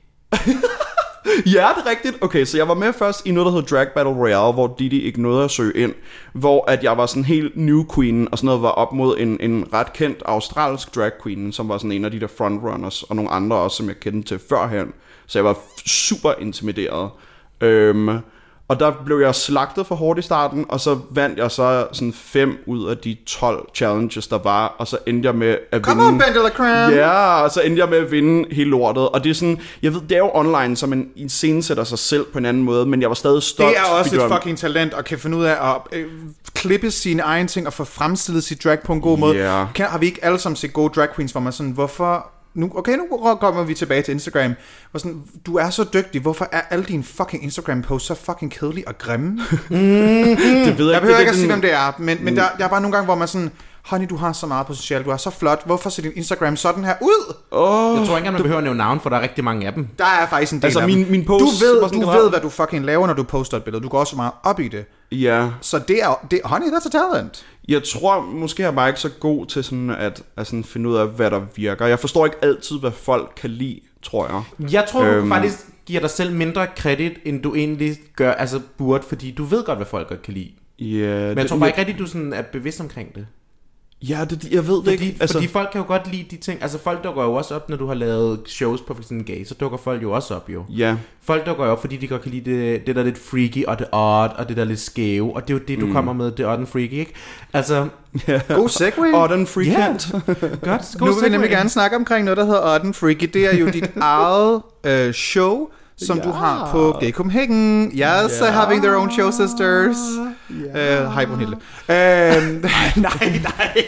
Speaker 3: Ja, det er rigtigt. Okay, så jeg var med først i noget, der hedder Drag Battle Royale, hvor Didi ikke nåede at søge ind. Hvor at jeg var sådan helt new queen, og sådan noget var op mod en, en ret kendt australsk drag queen, som var sådan en af de der frontrunners, og nogle andre også, som jeg kendte til førhen. Så jeg var super intimideret. Øhm, og der blev jeg slagtet for hårdt i starten, og så vandt jeg så sådan fem ud af de tolv challenges, der var, og så endte jeg med at
Speaker 1: Come
Speaker 3: vinde...
Speaker 1: on, Ben de la Creme!
Speaker 3: Ja, og så endte jeg med at vinde hele lortet, og det er sådan, jeg ved, det er jo online, så man iscenesætter sig selv på en anden måde, men jeg var stadig stolt.
Speaker 1: Det er også et
Speaker 3: var...
Speaker 1: fucking talent, og kan finde ud af at øh, klippe sine egne ting, og få fremstillet sit drag på en god måde.
Speaker 3: Yeah.
Speaker 1: Kan, har vi ikke alle sammen set gode drag queens, hvor man sådan, hvorfor... Nu, okay, nu kommer vi tilbage til Instagram. Hvor sådan, du er så dygtig. Hvorfor er alle dine fucking Instagram-posts så fucking kedelige og grimme?
Speaker 3: Det ved jeg,
Speaker 1: Jeg behøver
Speaker 3: det,
Speaker 1: ikke at
Speaker 3: det,
Speaker 1: sige, hvem det er. Men, men der, der er bare nogle gange, hvor man sådan... Honey, du har så meget potentiale. Du er så flot. Hvorfor ser din Instagram sådan her ud?
Speaker 3: Oh,
Speaker 2: Jeg tror ikke engang, man behøver at nævne navn, for der er rigtig mange af dem.
Speaker 1: Der er faktisk en del
Speaker 3: altså
Speaker 1: af
Speaker 3: min,
Speaker 1: dem.
Speaker 3: min post
Speaker 1: Du ved,
Speaker 3: var sådan
Speaker 1: du
Speaker 3: grad.
Speaker 1: ved, hvad du fucking laver, når du poster et billede. Du går også meget op i det.
Speaker 3: Ja.
Speaker 1: Så det er... Det, honey, that's a talent.
Speaker 3: Jeg tror måske, jeg er bare ikke så god til sådan at, at sådan finde ud af, hvad der virker. Jeg forstår ikke altid, hvad folk kan lide, tror jeg.
Speaker 2: Jeg tror, du
Speaker 3: Øhm.
Speaker 2: faktisk giver dig selv mindre kredit, end du egentlig gør, altså burde, fordi du ved godt, hvad folk godt kan lide.
Speaker 3: Ja,
Speaker 2: Men jeg tror bare ikke rigtig, du sådan er bevidst omkring det.
Speaker 3: Ja, det, jeg ved det
Speaker 2: Fordi,
Speaker 3: ikke. Altså,
Speaker 2: fordi folk kan jo godt lide de ting. Altså folk dukker jo også op, når du har lavet shows på sådan en gay, så dukker folk jo også op jo.
Speaker 3: ja.
Speaker 2: Folk dukker jo op, fordi de godt kan lide det, det der lidt freaky og det odd og det der lidt skæve. Og det er jo det, du mm. kommer med, det odd and freaky, ikke? Altså...
Speaker 1: God segue.
Speaker 3: Og den freakant.
Speaker 2: Godt.
Speaker 1: Nu vil vi nemlig gerne snakke omkring noget, der hedder Odd and Freaky. Det er jo dit eget øh, show, som ja. du har på Gay Copenhagen. Yes, yeah. having their own show, sisters. Yeah. Uh, hej, Brunhilde. Uh, nej, nej, nej.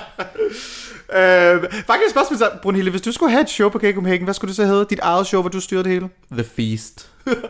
Speaker 1: uh, faktisk et spørgsmål, så, Brunhilde, hvis du skulle have et show på Gay Copenhagen, hvad skulle det så hedde? Dit eget show, hvor du styrede det hele?
Speaker 2: The Feast.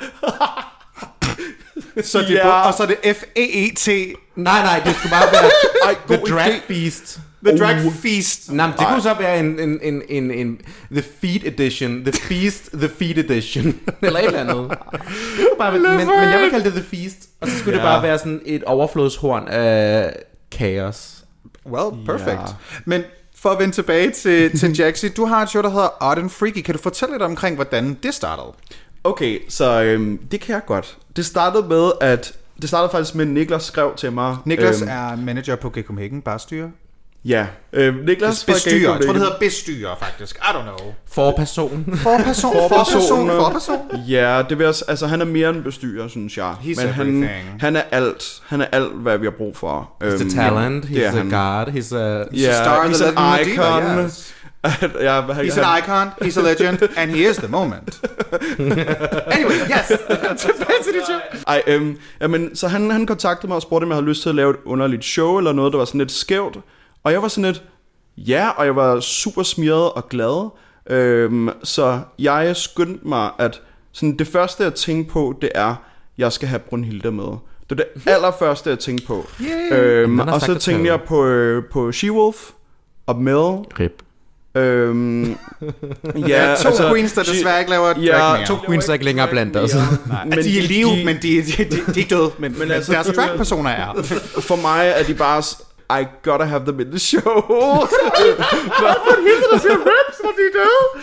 Speaker 1: Så det
Speaker 3: Ja.
Speaker 1: er, og så er det F E E T.
Speaker 2: Nej, nej, det skulle bare være
Speaker 3: Ej,
Speaker 2: The
Speaker 3: god
Speaker 2: Drag
Speaker 3: idé.
Speaker 2: Feast.
Speaker 1: The Drag
Speaker 3: Uh.
Speaker 1: Feast.
Speaker 2: Nej, men det kunne så være en, en, en, en, en The Feed Edition. The Feast, The Feed Edition. Eller et eller andet. Det kunne bare, men, men jeg vil kalde det The Feast. Og så skulle
Speaker 3: Ja.
Speaker 2: det bare være sådan et overflodshorn af kaos.
Speaker 1: Well, perfect.
Speaker 3: Ja.
Speaker 1: Men for at vende tilbage til, til Jaxi, du har et show, der hedder Odd and Freaky. Kan du fortælle lidt omkring, hvordan det startede?
Speaker 3: Okay, så øhm, det kan jeg godt. Det startede med, at... Det startede faktisk med, at Niklas skrev til mig.
Speaker 1: Niklas
Speaker 3: øhm,
Speaker 1: er manager på Gay Copenhagen, bare styre.
Speaker 3: Ja, øhm, Niklas fra Gay
Speaker 1: Bestyrer. Jeg tror, det
Speaker 3: Copenhagen.
Speaker 1: hedder bestyrer, faktisk. I don't know.
Speaker 2: Forperson.
Speaker 1: Forperson, forperson, forperson.
Speaker 3: Ja, det vil også, altså han er mere end bestyrer, synes jeg.
Speaker 1: He's
Speaker 3: Men han,
Speaker 1: everything.
Speaker 3: han er alt. Han er alt, hvad vi har brug for.
Speaker 2: He's a
Speaker 3: Øhm,
Speaker 2: talent,
Speaker 3: det er
Speaker 2: he's a
Speaker 3: han.
Speaker 2: god, he's a...
Speaker 1: He's a star of
Speaker 3: he's
Speaker 1: the
Speaker 3: an
Speaker 1: legend Medina,
Speaker 3: icon.
Speaker 1: yes.
Speaker 3: ja,
Speaker 1: He's an icon, he's a legend, and he is the moment. Anyway, yes. Tilbage til dit show.
Speaker 3: Ej, øhm, jamen, så han, han kontaktede mig og spurgte, om jeg havde lyst til at lave et underligt show, eller noget, der var sådan lidt skævt. Og jeg var sådan lidt, ja, og jeg var super smiret og glad. Øhm, så jeg skyndte mig, at sådan, det første, jeg tænkte på, det er, jeg skal have Brunhilde med. Det er det allerførste, jeg tænkte på. Øhm, og så tænkte jeg på, øh, på She-Wolf og Mel.
Speaker 2: Rip.
Speaker 3: Øhm, ja,
Speaker 1: Ja, to
Speaker 3: altså,
Speaker 1: queens, der desværre ikke laver drag
Speaker 3: ja,
Speaker 1: mere.
Speaker 2: To queens er ikke længere blandt os.
Speaker 1: Nej, men de er i live,
Speaker 3: de-
Speaker 1: men de, de, de, de er ikke døde. Men, men
Speaker 3: altså,
Speaker 1: deres
Speaker 3: det-
Speaker 1: drag-personer er.
Speaker 3: For mig er de bare s- I gotta have them in the show.
Speaker 1: Brunhilde, der siger rips, når de er døde.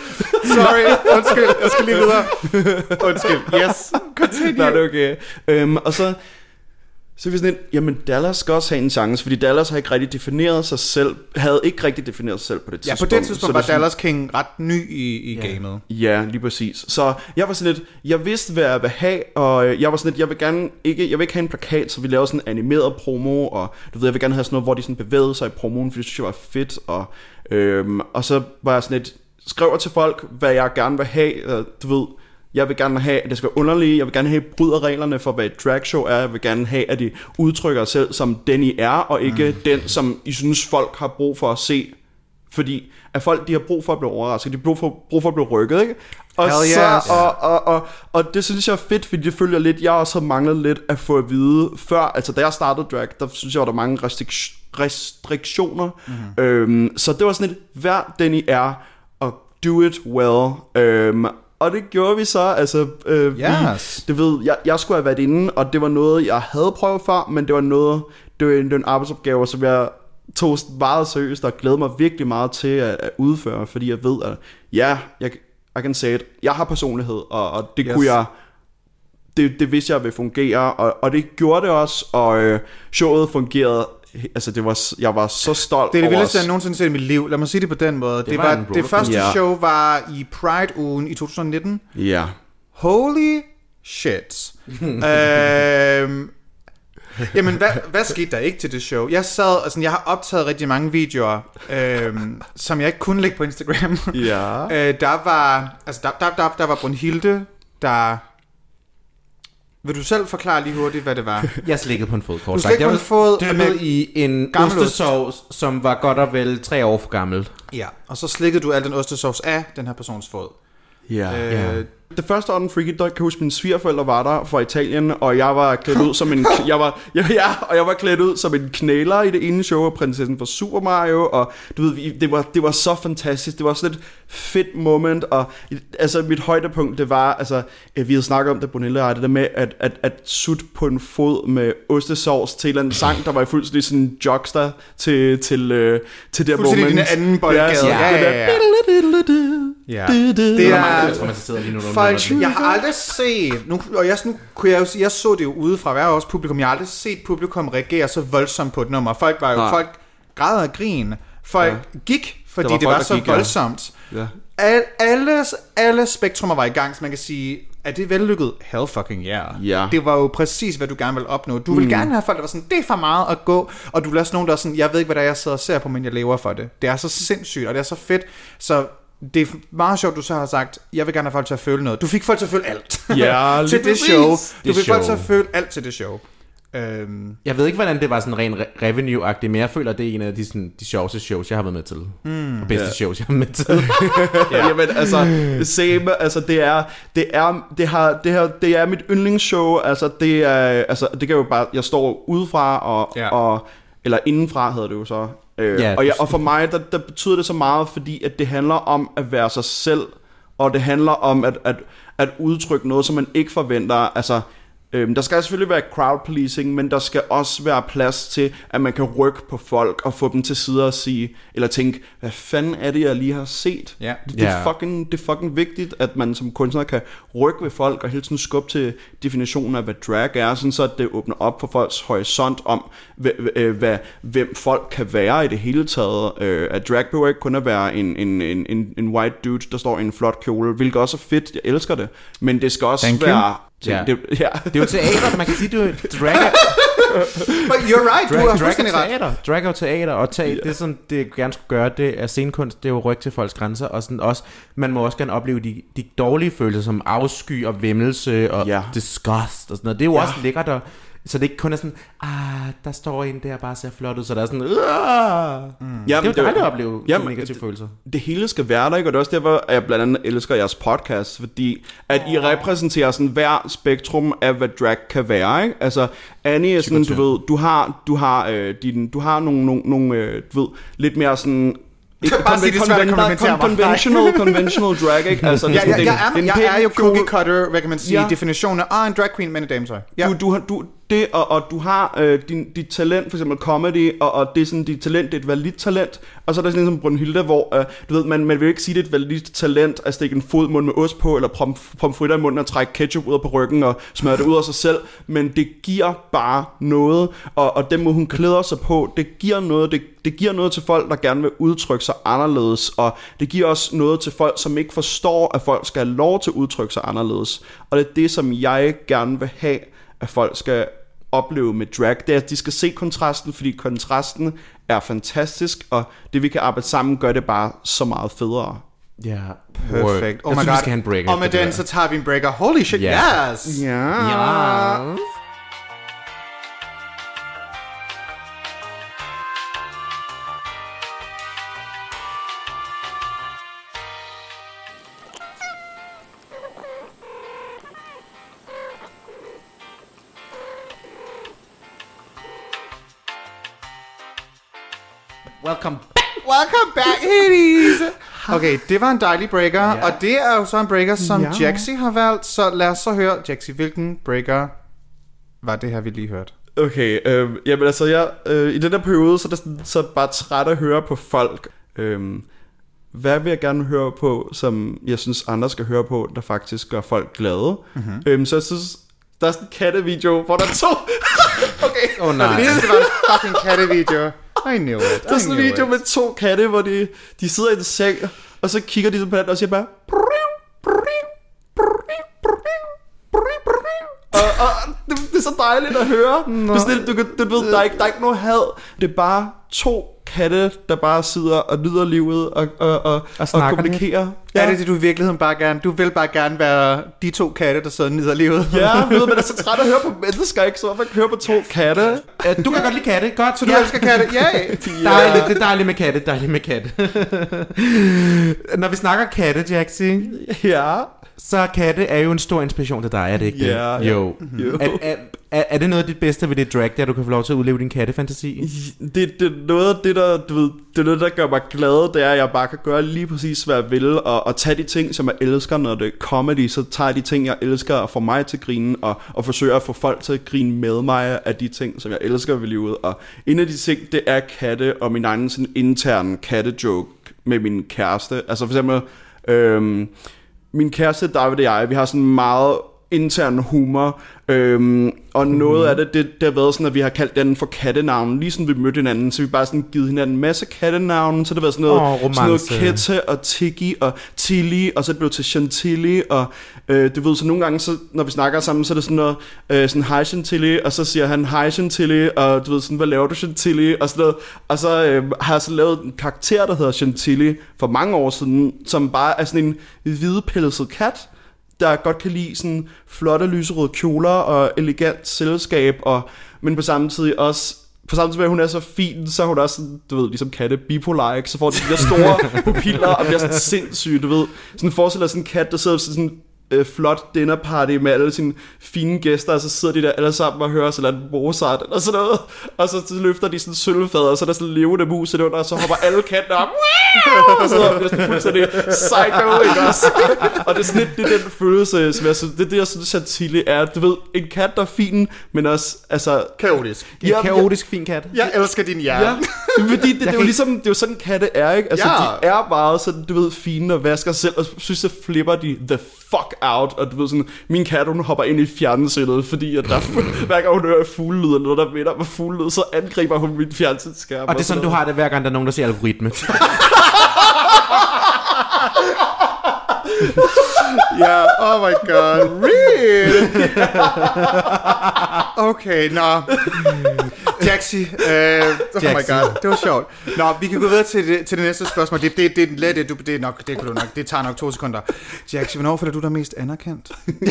Speaker 1: Sorry, undskyld, jeg skal lige videre. Undskyld, yes. Continue.
Speaker 3: Nej, det er okay. Øhm, og så... Så er vi sådan lidt, jamen Dallas skal også have en chance, fordi Dallas har ikke rigtig defineret sig selv, havde ikke rigtig defineret sig selv på det tidspunkt.
Speaker 1: Ja, på det tidspunkt var
Speaker 3: sådan,
Speaker 1: Dallas King ret ny i, i
Speaker 2: Ja.
Speaker 1: gamet.
Speaker 3: Ja, lige præcis. Så jeg var sådan lidt, jeg vidste, hvad jeg ville have, og jeg var sådan lidt, jeg vil gerne ikke, jeg vil ikke have en plakat, så vi lavede sådan en animeret promo, og du ved, jeg vil gerne have sådan noget, hvor de sådan bevægede sig i promoen, fordi det synes jeg var fedt, og, øhm, og så var jeg sådan lidt, skrev til folk, hvad jeg gerne vil have, og, du ved, jeg vil gerne have, at det skal være underlige. Jeg vil gerne have, at I bryder reglerne for, hvad et dragshow er. Jeg vil gerne have, at I udtrykker sig selv som den, I er, og ikke mm. den, som I synes, folk har brug for at se. Fordi at folk, de har brug for at blive overrasket. De har brug for, brug for at blive rykket, ikke? Og,
Speaker 1: Hell
Speaker 3: så,
Speaker 1: yes.
Speaker 3: og, og, og, og det synes jeg er fedt, fordi det følger lidt. Jeg også har manglet lidt at få at vide før. Altså, da jeg startede drag, der synes jeg, var der mange restrik- restriktioner. Mm. Øhm, så det var sådan lidt, vær den, I er, og do it well. Øhm, Og det gjorde vi så, altså, øh,
Speaker 1: Yes.
Speaker 3: vi, det ved, jeg, jeg skulle have været inde, og det var noget, jeg havde prøvet før, men det var noget, det var en, det var en arbejdsopgave, som jeg tog meget seriøst, og glædede mig virkelig meget til at, at udføre, fordi jeg ved, at ja, jeg, I can say it, jeg har personlighed, og, og det yes. kunne jeg, det, det vidste jeg ville fungere, og, og det gjorde det også, og øh, showet fungerede. Altså det var, jeg var så stolt.
Speaker 1: Det er det
Speaker 3: over
Speaker 1: vildeste,
Speaker 3: os.
Speaker 1: jeg nogensinde set i mit liv. Lad mig sige det på den måde. Det, det,
Speaker 2: var
Speaker 1: var, det første
Speaker 3: Ja.
Speaker 1: show var i Pride-ugen i to tusind nitten.
Speaker 3: Ja.
Speaker 1: Holy shit. øhm, jamen, hvad, hvad skete der ikke til det show? Jeg sad, altså, jeg har optaget rigtig mange videoer, øhm, som jeg ikke kunne lægge på Instagram.
Speaker 3: Ja.
Speaker 1: øh, der var, altså, der, der, der, der var Brunhilde, der... Vil du selv forklare lige hurtigt, hvad det var?
Speaker 2: Jeg slikkede på en fod, kort
Speaker 1: Du
Speaker 2: sagt.
Speaker 1: slikkede på
Speaker 2: Jeg
Speaker 1: en fod
Speaker 2: var
Speaker 1: med
Speaker 2: dyppet i en
Speaker 1: gammel ost.
Speaker 2: ostesovs, som var godt og vel tre år for gammel.
Speaker 1: Ja, og så slikkede du al den ostesauce af den her persons fod.
Speaker 3: Ja.
Speaker 1: Øh,
Speaker 2: Ja.
Speaker 3: Det første år, den freaky, der kan jeg huske, mine svigerforældre var der fra Italien, og jeg var klædt ud som en, jeg var, ja, ja, og jeg var klædt ud som en knæler i det ene show af prinsessen fra Super Mario, og du ved, vi- det var, det var så fantastisk, det var sådan et fedt moment, og altså mit højdepunkt, det var, altså, vi havde snakket om det, Brunhilde, det der med, at, at, at sutte på en fod med ostesauce til en sang, der var fuldstændig sådan en jokster til, til, øh, til det
Speaker 1: Fuldstændig
Speaker 3: moment.
Speaker 1: den anden boldgade.
Speaker 3: Ja,
Speaker 1: Ja, ja, ja. Ja. Det
Speaker 2: Det
Speaker 1: er...
Speaker 2: er traumatiseret lige nu.
Speaker 1: Folk, jeg har aldrig set, nu, og jeg, nu kunne jeg jo sige, jeg så det jo udefra, hvad er også publikum, jeg har aldrig set publikum reagere så voldsomt på et nummer. Folk var jo,
Speaker 3: Nej.
Speaker 1: folk græd af grin, folk ja. gik, fordi
Speaker 3: var
Speaker 1: det
Speaker 3: folk,
Speaker 1: var
Speaker 3: der
Speaker 1: så
Speaker 3: gik, ja.
Speaker 1: voldsomt.
Speaker 3: Ja.
Speaker 1: Al, alle, alle spektrummer var i gang, så man kan sige, er det vellykket? Hell fucking yeah.
Speaker 3: Ja.
Speaker 1: Det var jo præcis, hvad du gerne ville opnå. Du vil mm. gerne have folk, der var sådan, det er for meget at gå, og du vil også nogen, der er sådan, jeg ved ikke, hvad det er, jeg sidder og ser på, men jeg lever for det. Det er så sindssygt, og det er så fedt, så... Det er meget sjovt, du så har sagt, jeg vil gerne have folk til at føle noget. Du fik folk til at føle alt
Speaker 3: Ja, lige
Speaker 1: til det
Speaker 3: præcis.
Speaker 1: show. Du
Speaker 2: Det
Speaker 1: fik folk
Speaker 2: show.
Speaker 1: til at føle alt til det show. Øhm,
Speaker 2: Jeg ved ikke, hvordan det var sådan rent re- revenue-agtigt, men jeg føler, det er en af de, sådan, de sjoveste shows, jeg har været med til. Mm. Og bedste
Speaker 3: Ja.
Speaker 2: shows, jeg har været med til.
Speaker 3: Ja. Jamen altså, same, altså det er, det er, det har, det her, det er mit yndlingsshow, altså det er, altså det kan jo bare, jeg står udefra og,
Speaker 1: Ja.
Speaker 3: og eller indenfra hedder det jo så, øh,
Speaker 2: Ja,
Speaker 3: og, jeg, og for mig der, der betyder det så meget, fordi at det handler om at være sig selv, og det handler om at, at, at udtrykke noget, som man ikke forventer, altså. Øhm, der skal selvfølgelig være crowd policing, men der skal også være plads til, at man kan rykke på folk og få dem til side og sige, eller tænke, hvad fanden er det, jeg lige har set?
Speaker 1: Ja.
Speaker 3: Det, det, er
Speaker 2: Ja.
Speaker 3: fucking, det er fucking vigtigt, at man som kunstner kan rykke ved folk og hele tiden skubbe til definitionen af, hvad drag er, sådan så at det åbner op for folks horisont om, hvad, hvad, hvem folk kan være i det hele taget. Øh, at drag behøver ikke kun at være en, en, en, en, en white dude, der står i en flot kjole, hvilket også er fedt, jeg elsker det, men det skal også
Speaker 1: Thank you.
Speaker 3: være...
Speaker 2: Ja.
Speaker 3: Det, ja.
Speaker 2: Det er jo teater, man kan sige, det er jo drag,
Speaker 1: But you're right, du
Speaker 2: drag,
Speaker 1: har
Speaker 2: drag
Speaker 1: fuldstændig
Speaker 2: er
Speaker 1: ret.
Speaker 2: teater. Drag er jo teater, og teater, det er sådan, det gerne skulle gøre, det er scenekunst, det er jo ryg til folks grænser, og sådan også, man må også gerne opleve de, de dårlige følelser, som afsky og væmmelse og
Speaker 3: Ja.
Speaker 2: disgust og sådan noget. Det er jo
Speaker 3: Ja.
Speaker 2: også lækkert, og, så det ikke kun er sådan, ah, der står en der bare ser flot ud, så der er sådan, ah. Mm. Det er jo dejligt at opleve
Speaker 3: Jamen,
Speaker 2: de negative følelser.
Speaker 3: Det hele skal være der, ikke? Og det er også derfor, at jeg blandt andet elsker jeres podcast, fordi at I repræsenterer sådan hver spektrum af, hvad drag kan være, ikke? Altså, Annie er sådan, du ved, du har, du har, øh, din, du har nogle, nogle, nogle øh, du ved, lidt mere sådan... Ikke,
Speaker 1: Bare sige, det er svært at
Speaker 3: conven-
Speaker 1: komplimentere mig.
Speaker 3: conventional, conventional drag, ikke? Altså, det
Speaker 1: Ja,
Speaker 3: sådan,
Speaker 1: ja,
Speaker 3: det
Speaker 1: jeg,
Speaker 3: det
Speaker 1: er,
Speaker 3: en
Speaker 1: jeg
Speaker 3: pæn
Speaker 1: er jo
Speaker 3: kjole.
Speaker 1: cookie cutter, hvad kan man sige,
Speaker 3: Ja.
Speaker 1: definitionen af ah, en drag queen med en damesøj. Ja.
Speaker 3: Du, du, har- du, det, og, og du har øh, din, dit talent, for eksempel comedy, og, og det er sådan, dit talent, det er et validt talent, og så er der sådan en som Brunhilde, hvor, øh, du ved, man, man vil jo ikke sige, det er et validt talent, at stikke en fod mund med ost på, eller pom, pomfritter i munden, og trække ketchup ud på ryggen, og smøre det ud af sig selv, men det giver bare noget, og, og den måde, hun klæder sig på, det giver noget, det, det giver noget til folk, der gerne vil udtrykke sig anderledes, og det giver også noget til folk, som ikke forstår, at folk skal have lov til at udtrykke sig anderledes, og det er det, som jeg gerne vil have, at folk skal opleve med drag, det er, at de skal se kontrasten, fordi kontrasten er fantastisk, og det vi kan arbejde sammen, gør det bare så meget federe.
Speaker 2: Ja, yeah.
Speaker 1: Perfekt. Oh my
Speaker 2: jeg synes,
Speaker 1: god.
Speaker 2: vi skal have en break.
Speaker 1: Og med den, så tager vi en breaker. Holy shit,
Speaker 2: Yeah.
Speaker 1: yes!
Speaker 3: Ja.
Speaker 2: Ja.
Speaker 1: Welcome back. Welcome back, Hades. Okay, det var en dejlig breaker,
Speaker 2: Ja.
Speaker 1: og det er jo så en breaker, som
Speaker 3: Ja.
Speaker 1: Jaxi har valgt. Så lad os så høre, Jaxi, hvilken breaker var det her, vi lige hørte?
Speaker 3: Okay, øh, jamen altså, jeg, øh, i den der periode, så er det sådan, så bare træt at høre på folk. Øh, hvad vil jeg gerne høre på, som jeg synes, andre skal høre på, der faktisk gør folk glade? Mm-hmm. Øh, så jeg synes, der er sådan en kattevideo, hvor der er to... okay.
Speaker 1: Åh oh, nej. Det var en fucking kattevideo. I knew it.
Speaker 3: Der er sådan en video med to katte, hvor de, de sidder i en seng, og så kigger de på hinanden og siger bare... Og, og det, det er så dejligt at høre. Bestilt, du, du, du ved, der er, ikke, der er ikke noget had. Det er bare to katte, der bare sidder og nyder livet og, og, og, og, og kommunikerer.
Speaker 1: Ja. Er det det, du i virkeligheden bare gerne... Du vil bare gerne være de to katte, der sidder og nyder livet?
Speaker 3: Ja, ved, men er så træt at høre på mennesker, ikke? Så hvorfor ikke høre på to katte?
Speaker 2: Ja, du kan godt lide katte, godt.
Speaker 1: Så du elsker katte? Yay!
Speaker 2: Dejligt, det er dejligt med katte, dejligt med katte. Når vi snakker katte, Jaxi,
Speaker 3: Ja.
Speaker 2: så katte er jo en stor inspiration til dig, er det ikke det?
Speaker 3: Ja, ja.
Speaker 2: Jo.
Speaker 3: Jo.
Speaker 2: Er, er, er, er det noget af dit bedste ved det drag, der du kan få lov til at udleve din kattefantasi?
Speaker 3: Det, det er noget af det, der, du ved, det er noget, der gør mig glad, det er, at jeg bare kan gøre lige præcis, hvad jeg vil, og, og tage de ting, som jeg elsker, når det er comedy, så tager jeg de ting, jeg elsker, og får mig til at grine, og, og forsøger at få folk til at grine med mig af de ting, som jeg elsker ved livet. Og en af de ting, det er katte, og min egen sådan interne kattejoke med min kæreste. Altså for eksempel, øhm, min kæreste, David og jeg, vi har sådan meget intern humor, øhm, og noget af det, det, det har været sådan, at vi har kaldt den for kattenavn, lige sådan vi mødte hinanden, så vi bare sådan givet hinanden en masse kattenavn, så det har været sådan noget,
Speaker 2: oh,
Speaker 3: sådan noget Kette og Tiggy og Tilly, og så er det blevet til Chantilly, og øh, du ved, så nogle gange, så, når vi snakker sammen, så er det sådan noget, øh, sådan hej Chantilly, og så siger han hej Chantilly, og du ved sådan, hvad laver du Chantilly, og sådan noget, og så øh, har jeg så lavet en karakter, der hedder Chantilly, for mange år siden, som bare er sådan en hvidpelset kat, der godt kan lide sådan flotte lyserøde kjoler og elegant selskab, og, men på samme tid også, på samme tid med at hun er så fin, så er hun også sådan, du ved, ligesom katte bipolar, ikke? Så får de de der store pupiller og bliver sådan sindssyg, du ved. Sådan forestiller sådan en kat, der sidder sådan en øh, flot dinnerparty med alle sine fine gæster, og så sidder de der alle sammen og hører sådan en Mozart eller sådan noget, og så, så løfter de sådan sølvfad, og så er der sådan en levende mus under, og så hopper alle kattene op, og så er det sådan fuldstændig psycho, ikke også? Og det er sådan lidt, det er den følelse, som jeg synes, det er det, jeg synes, Chantilly er, du ved, en kat, der er fin, men også, altså...
Speaker 1: Kaotisk.
Speaker 2: En ja, kaotisk fin kat.
Speaker 1: Jeg elsker din hjerne.
Speaker 3: Ja, fordi det, det er jo ligesom, det er jo sådan katte er, ikke? Altså,
Speaker 1: Ja.
Speaker 3: de er meget sådan, du ved, fine og vasker sig selv, og synes, at flipper de the fuck out, og du ved sådan, min kat, hun hopper ind i fjernsynet, fordi at der, hver gang hun hører fuglelyd, eller noget, der minder med fuglelyd, så angriber hun min fjernsynsskærm.
Speaker 2: Og det er sådan, du har det hver gang, der er nogen, der siger algoritme.
Speaker 1: Ja, yeah, oh my god. Really? Okay, nå. Jaxi, uh, oh my god, det var sjovt. Nå, vi kan gå videre til det, til det næste spørgsmål. Det, det, det, det, det, det, er nok, det, kan du nok, det tager nok to sekunder. Jaxi, hvornår føler du dig mest anerkendt? Det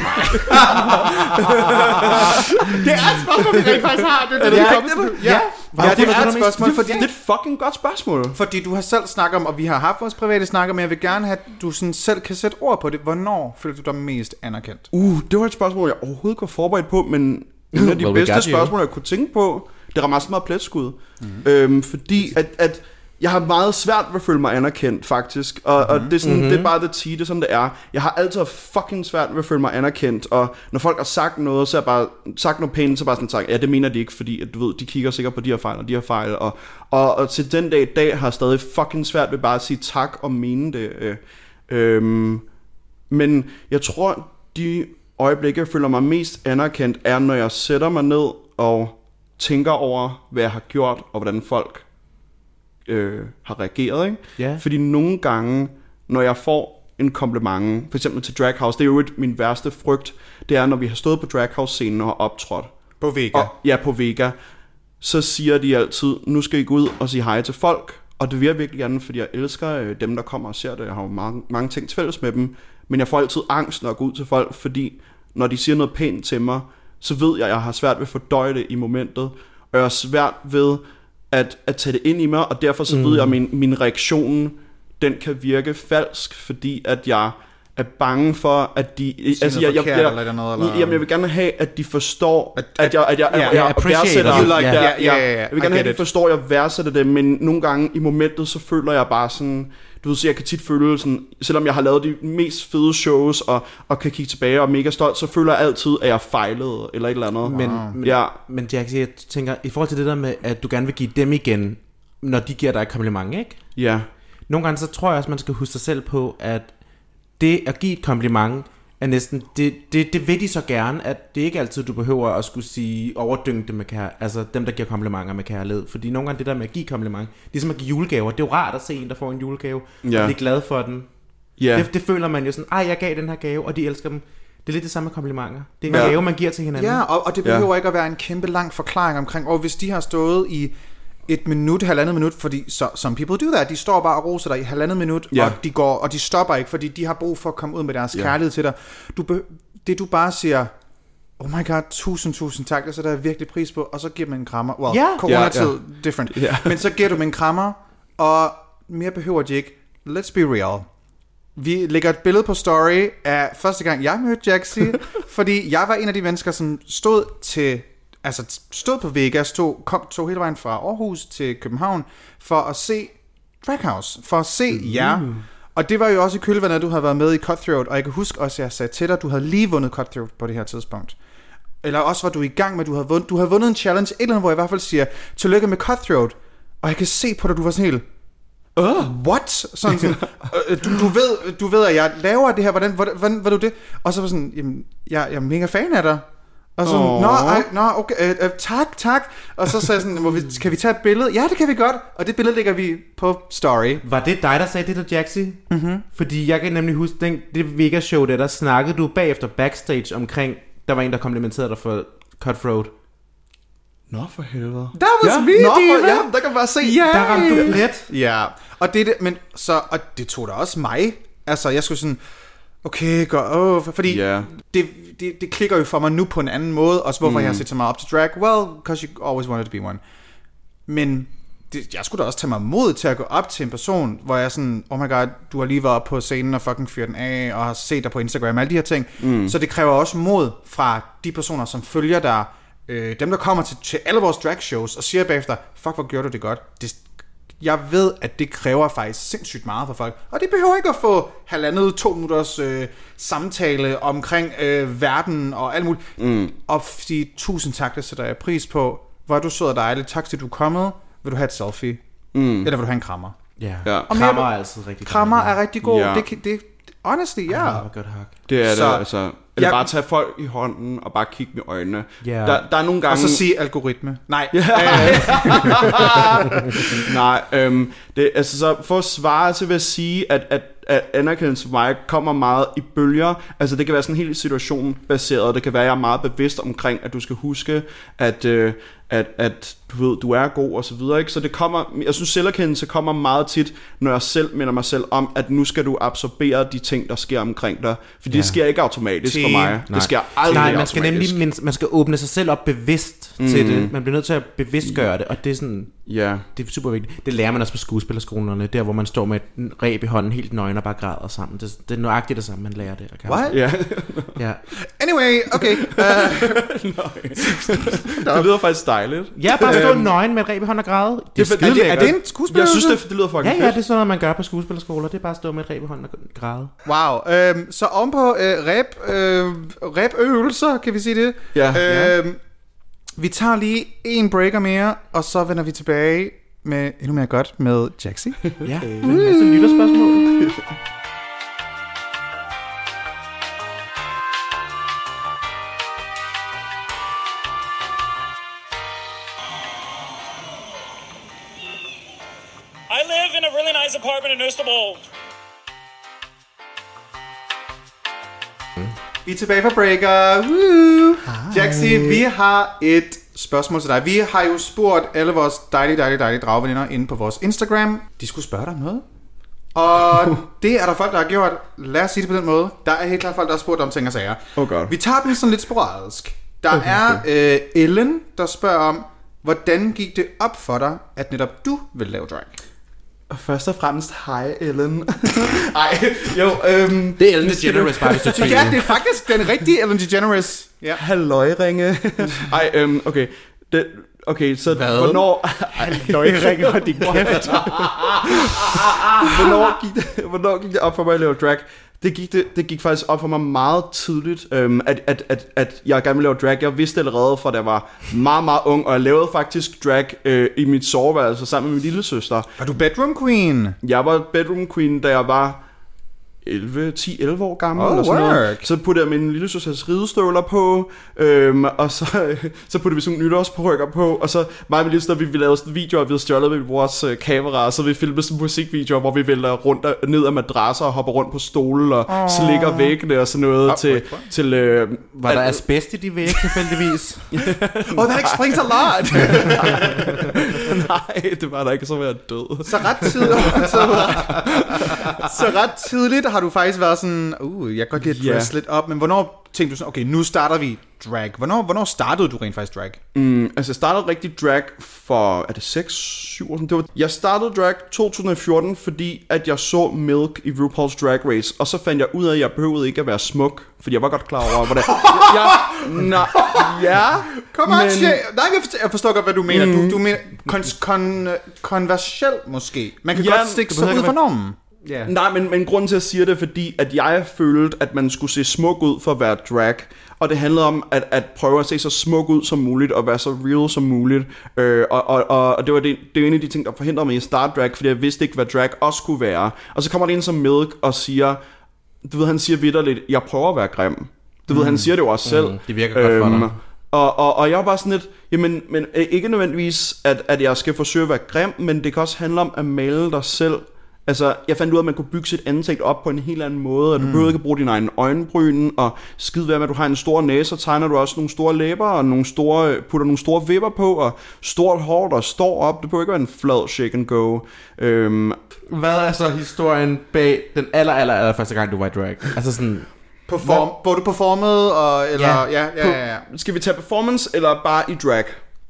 Speaker 1: er et spørgsmål, vi rent faktisk har. Det, det, det,
Speaker 3: Ja,
Speaker 1: det,
Speaker 3: det,
Speaker 1: ja.
Speaker 2: Hvorfor
Speaker 1: Ja, det
Speaker 2: føler du
Speaker 1: er
Speaker 2: dig
Speaker 1: et
Speaker 2: mest-
Speaker 1: spørgsmål, fordi,
Speaker 3: det er et fucking godt spørgsmål.
Speaker 1: fordi du har selv snakket om, og vi har haft vores private snakker, men jeg vil gerne have, at du sådan selv kan sætte ord på det. Hvornår føler du dig mest anerkendt?
Speaker 3: Uh, det var et spørgsmål, jeg overhovedet ikke var forberedt på, men en af de
Speaker 2: Well, we
Speaker 3: bedste
Speaker 2: got you.
Speaker 3: spørgsmål, jeg kunne tænke på, det rammer så meget pletskud. Mm. Øhm, fordi at, at Jeg har meget svært ved at føle mig anerkendt, faktisk. Og, mm-hmm. og det, er sådan, mm-hmm. det er bare det tige, det er sådan, det er. Jeg har altid fucking svært ved at føle mig anerkendt. Og når folk har sagt noget, så er jeg bare sagt noget pænt, så bare sådan sagt, ja, det mener de ikke, fordi at, du ved, de kigger sikkert på de her fejl og de her fejl. Og, og, og til den dag i dag har jeg stadig fucking svært ved bare at sige tak og mene det. Øh, øh, men jeg tror, de øjeblikke, jeg føler mig mest anerkendt, er, når jeg sætter mig ned og tænker over, hvad jeg har gjort, og hvordan folk øh, har reageret, ikke?
Speaker 2: Yeah.
Speaker 3: Fordi nogle gange, når jeg får en kompliment, for eksempel til Drag House, det er jo et, min værste frygt, det er, når vi har stået på Drag House-scenen og har optrådt.
Speaker 1: På Vega.
Speaker 3: Og, ja, på Vega. Så siger de altid, nu skal I gå ud og sige hej til folk, og det vil jeg virkelig gerne, fordi jeg elsker øh, dem, der kommer og ser det. Jeg har jo mange, mange ting til fælles med dem, men jeg får altid angst, når jeg går ud til folk, fordi når de siger noget pænt til mig, så ved jeg, at jeg har svært ved at fordøje det i momentet, og jeg har svært ved at, at tage det ind i mig, og derfor så mm. ved jeg, at min, min reaktion, den kan virke falsk, fordi at jeg er bange for, at de...
Speaker 1: Altså, jeg, jeg, jeg, jeg, eller noget, eller...
Speaker 3: Jamen, jeg vil gerne have, at de forstår, at, at, at jeg, at jeg,
Speaker 2: yeah,
Speaker 3: jeg, jeg værdsætter
Speaker 2: you
Speaker 3: like
Speaker 2: yeah.
Speaker 3: that.
Speaker 1: Yeah, yeah, yeah,
Speaker 3: Jeg vil gerne have, at de forstår, at jeg værdsætter det, men nogle gange i momentet, så føler jeg bare sådan... Du ved, så jeg kan tit føle sådan, selvom jeg har lavet de mest fede shows, og, og kan kigge tilbage og er mega stolt, så føler jeg altid, at jeg fejlede, eller et eller andet.
Speaker 2: Men,
Speaker 3: wow.
Speaker 2: men,
Speaker 3: ja.
Speaker 2: men Jack, jeg tænker, i forhold til det der med, at du gerne vil give dem igen, når de giver dig et kompliment, ikke?
Speaker 3: Ja.
Speaker 2: Nogle gange så tror jeg også, man skal huske sig selv på, at det at give et kompliment er næsten, det, det, det vil de så gerne, at det ikke altid, du behøver at skulle sige, overdynge det med kærlighed, altså dem, der giver komplimenter med kærlighed. Fordi nogle gange det der med at give kompliment, det er som at give julegaver. Det er jo rart at se en, der får en julegave,
Speaker 3: ja.
Speaker 2: og blive glad for den.
Speaker 3: Ja.
Speaker 2: Det, det føler man jo sådan, ej, jeg gav den her gave, og de elsker dem. Det er lidt det samme med komplimenter. Det er en
Speaker 3: ja.
Speaker 2: gave, man giver til hinanden.
Speaker 1: Ja, og, og det behøver
Speaker 3: ja.
Speaker 1: ikke at være en kæmpe lang forklaring omkring, og hvis de har stået i et minut, halvandet minut, fordi så, some people do that, de står bare og roser dig i halvandet minut,
Speaker 3: ja.
Speaker 1: og de går, og de stopper ikke, fordi de har brug for at komme ud med deres ja. kærlighed til dig. Du be, det du bare siger, oh my god, tusind, tusind tak, det sætter jeg virkelig pris på, og så giver man en krammer. Well,
Speaker 2: ja.
Speaker 1: coronatid,
Speaker 3: ja, ja.
Speaker 1: different.
Speaker 3: Ja.
Speaker 1: Men så giver du dem en krammer, og mere behøver de ikke. Let's be real. Vi lægger et billede på story af første gang, jeg mødte Jaxie, fordi jeg var en af de mennesker, som stod til... Altså stod på Vega, stod, kom, tog hele vejen fra Aarhus til København for at se Drag House, for at se mm. jer. Og det var jo også i kølvandet, at du havde været med i Cutthroat, og jeg kan huske også, at jeg sagde til dig, at du havde lige vundet Cutthroat på det her tidspunkt. Eller også var du i gang med, at du havde vundet, du havde vundet en challenge, et eller andet, hvor jeg i hvert fald siger, tillykke med Cutthroat, og jeg kan se på dig, du var sådan helt, Uh, what? Sådan, sådan, du, du, ved, du ved, at jeg laver det her, hvordan, hvordan, hvordan var du det? Og så var sådan, jamen, jeg, jeg er mega fan af dig. Og så, oh. nå, ej, nå, okay, øh, øh, tak, tak. Og så sagde jeg sådan, må vi, kan vi tage et billede? Ja, det kan vi godt. Og det billede lægger vi på story.
Speaker 2: Var det dig, der sagde det til Jaxie?
Speaker 1: Mm-hmm.
Speaker 2: Fordi jeg kan nemlig huske, den, det Vega-show der, der snakkede du bagefter backstage omkring, der var en, der komplimenterede dig for Cutthroat.
Speaker 3: Nå, for helvede.
Speaker 1: That was
Speaker 3: ja.
Speaker 1: me,
Speaker 3: Nå,
Speaker 1: for,
Speaker 3: ja, der kan man bare se.
Speaker 1: Yeah.
Speaker 2: Der ramte du plet.
Speaker 1: Ja, og det, men så, og det tog da også mig. Altså, jeg skulle sådan, okay, godt, oh, fordi
Speaker 3: yeah.
Speaker 1: det, det, det klikker jo for mig nu på en anden måde, også hvorfor mm. jeg har set så meget op til drag. Well, because you always wanted to be one. Men det, jeg skulle da også tage mig mod til at gå op til en person, hvor jeg sådan, oh my god, du har lige været op på scenen og fucking fyret den af, og har set dig på Instagram, alle de her ting. Mm. Så det kræver også mod fra de personer, som følger dig, øh, dem der kommer til, til alle vores drag shows, og siger bagefter, fuck, hvor gjorde du det godt. Det, jeg ved, at det kræver faktisk sindssygt meget for folk, og det behøver ikke at få halvandet, to minutters øh, samtale omkring øh, verden og alt muligt. Mm. Og sige tusind tak, det sætter jeg pris på. Hvor er du sød og dejlig. Tak til, du er kommet. Vil du have et selfie? Mm. Eller vil du have en krammer?
Speaker 2: Yeah.
Speaker 3: Ja.
Speaker 2: Krammer er altid rigtig
Speaker 1: Krammer er rigtig god.
Speaker 3: Ja.
Speaker 1: Det, det, honestly, ja.
Speaker 2: Yeah.
Speaker 1: Yeah.
Speaker 3: Det er
Speaker 1: så,
Speaker 3: det, altså. Eller
Speaker 1: jeg,
Speaker 3: bare tage folk i hånden og bare kigge med øjnene.
Speaker 2: Yeah.
Speaker 3: Der, der er nogle gange...
Speaker 1: Og så sige algoritme. Nej.
Speaker 3: Nej, øhm, det, altså så for at svare, så vil jeg sige, at, at, at anerkendelse for mig kommer meget i bølger. Altså det kan være sådan helt situationbaseret. Det kan være, at jeg er meget bevidst omkring, at du skal huske, at... Øh, At, at du ved, du er god og så videre, ikke? Så det kommer, jeg synes selverkendelse kommer meget tit, når jeg selv minder mig selv om, at nu skal du absorbere de ting, der sker omkring dig. For ja. Det sker ikke automatisk for mig.
Speaker 2: Nej.
Speaker 3: Det sker aldrig
Speaker 2: Nej, man
Speaker 3: automatisk.
Speaker 2: skal nemlig man skal åbne sig selv op bevidst mm. til det. Man bliver nødt til at bevidstgøre det, og det er sådan,
Speaker 3: yeah.
Speaker 2: det er super vigtigt. Det lærer man også på skuespillerskolerne, der hvor man står med et reb i hånden, helt nøgen og bare græder sammen. Det, det er nøjagtigt det samme, man lærer det.
Speaker 1: What?
Speaker 3: Yeah.
Speaker 2: Ja.
Speaker 1: Anyway, okay. Uh,
Speaker 3: det lyder faktisk dejligt.
Speaker 2: Ja, bare stå nøgen med et reb i hånden og græde.
Speaker 3: Det er,
Speaker 1: er, det, er det en skuespiller?
Speaker 3: Jeg synes, det, det lyder fucking
Speaker 2: ja,
Speaker 3: fedt.
Speaker 2: ja, det er sådan noget, man gør på skuespillerskoler. Det er bare at stå med et reb i hånden og græde.
Speaker 1: Wow. Øhm, så ovenpå øh, rap, øh, rapøvelser, kan vi sige det?
Speaker 3: Ja.
Speaker 1: Øhm, vi tager lige en breaker mere, og så vender vi tilbage med endnu mere godt med Jaxi.
Speaker 2: Ja, en masse lytterspørgsmål.
Speaker 5: I live in a really nice apartment in Istanbul.
Speaker 1: Vi er tilbage fra breaker. Woo! Jaxi, vi har et spørgsmål til dig. Vi har jo spurgt alle vores dejlige, dejlige, dejlige dragveninder inde på vores Instagram. De skulle spørge dig om noget. Og det er der folk, der har gjort. Lad os sige det på den måde. Der er helt klart folk, der har spurgt om ting og sager.
Speaker 3: Oh God.
Speaker 1: Vi tager dem sådan lidt sporadisk. Der
Speaker 3: Okay,
Speaker 1: er øh, Ellen, der spørger om, hvordan gik det op for dig, at netop du vil lave drag?
Speaker 3: Først og fremmest, hej Ellen. Ej, jo, øhm...
Speaker 2: Det er Ellen DeGeneres, bare hvis du tvivler.
Speaker 1: Ja, det er faktisk den rigtige Ellen DeGeneres. Ja.
Speaker 3: Halløjringe. Ej, øhm, okay. Det, okay, så
Speaker 2: Hvad?
Speaker 3: hvornår...
Speaker 2: Halløjringe, og din kæft.
Speaker 3: hvornår, gik det, hvornår gik det op for mig at lave drag? Det gik, det, det gik faktisk op for mig meget tidligt, øhm, at, at, at, at jeg gerne ville lave drag. Jeg vidste allerede fra da jeg var meget, meget ung, og jeg lavede faktisk drag øh, i mit soveværelse sammen med min lille søster.
Speaker 1: Var du bedroom queen?
Speaker 3: Jeg var bedroom queen, da jeg var elleve, ti elleve år gammel.
Speaker 1: Oh,
Speaker 3: eller sådan noget.
Speaker 1: work.
Speaker 3: Så puttede jeg min lille søsters ridestøvler på, øhm, og så, så puttede vi sådan nogle nytårsperukker på, og så mig og min lille søster, vi, vi lavede sådan videoer, vi havde stjålet med vores øh, kamera, og så vi filmede sådan musikvideoer, hvor vi vælter rundt og, ned af madrasser og hopper rundt på stole og oh. slikker væggene og sådan noget.
Speaker 1: Oh,
Speaker 3: til,
Speaker 1: wait, what?
Speaker 3: til øh,
Speaker 2: Var der asbest i de vægge tilfældigvis?
Speaker 1: Oh, that explains a lot.
Speaker 3: Nej, det var der ikke, så var jeg død.
Speaker 1: Så ret tidligt, så, så ret tidligt har du faktisk været sådan, uh, jeg kan godt lide at dress
Speaker 3: Ja.
Speaker 1: lidt op, men hvornår tænkte du sådan, okay, nu starter vi drag. Hvornår, hvornår startede du rent faktisk drag?
Speaker 3: Mm, altså jeg startede rigtig drag for, er det seks, syv år siden? Det var, jeg startede drag to tusind og fjorten, fordi at jeg så Milk i RuPaul's Drag Race, og så fandt jeg ud af, at jeg behøvede ikke at være smuk, fordi jeg var godt klar over, hvordan... jeg, nej, ja,
Speaker 1: Kom on,
Speaker 3: men-
Speaker 1: shit. Nej, jeg forstår, jeg forstår godt, hvad du mener. Mm. Du, du mener kon, kon, konversiel måske. Man kan
Speaker 3: Ja,
Speaker 1: godt stikke
Speaker 3: du
Speaker 1: sig
Speaker 3: behøver
Speaker 1: ud
Speaker 3: ikke
Speaker 1: fra normen.
Speaker 2: Ja.
Speaker 3: Nej, men, men grunden til at sige det er fordi, at jeg følte, at man skulle se smuk ud for at være drag. Og det handlede om at, at prøve at se så smuk ud som muligt, og være så real som muligt. Øh, og, og, og, og det var det, det var en af de ting, der forhindrede mig i at starte drag, fordi jeg vidste ikke, hvad drag også kunne være. Og så kommer der en som Milk og siger, du ved, han siger vitterligt, jeg prøver at være grim. Du ved, han siger det jo også selv.
Speaker 2: Mm, det virker godt for dig.
Speaker 3: Og, og, og jeg var bare sådan lidt, jamen, men ikke nødvendigvis, at, at jeg skal forsøge at være grim, men det kan også handle om at male dig selv. Altså, jeg fandt ud af, at man kunne bygge sit ansigt op på en helt anden måde, og du mm. behøver ikke at bruge dine egne øjenbryn, og skide være med, at du har en stor næse, og tegner du også nogle store læber, og nogle store, putter nogle store vipper på, og stort hår, der står op. Det behøver ikke være en flad shake and go. Øhm,
Speaker 2: Hvad er så historien bag den aller, aller, aller første gang, du var i drag? Altså sådan...
Speaker 1: Perform, hvor du performede, og, eller...
Speaker 2: Ja.
Speaker 1: Ja, ja, ja, ja.
Speaker 3: skal vi tage performance, eller bare i drag?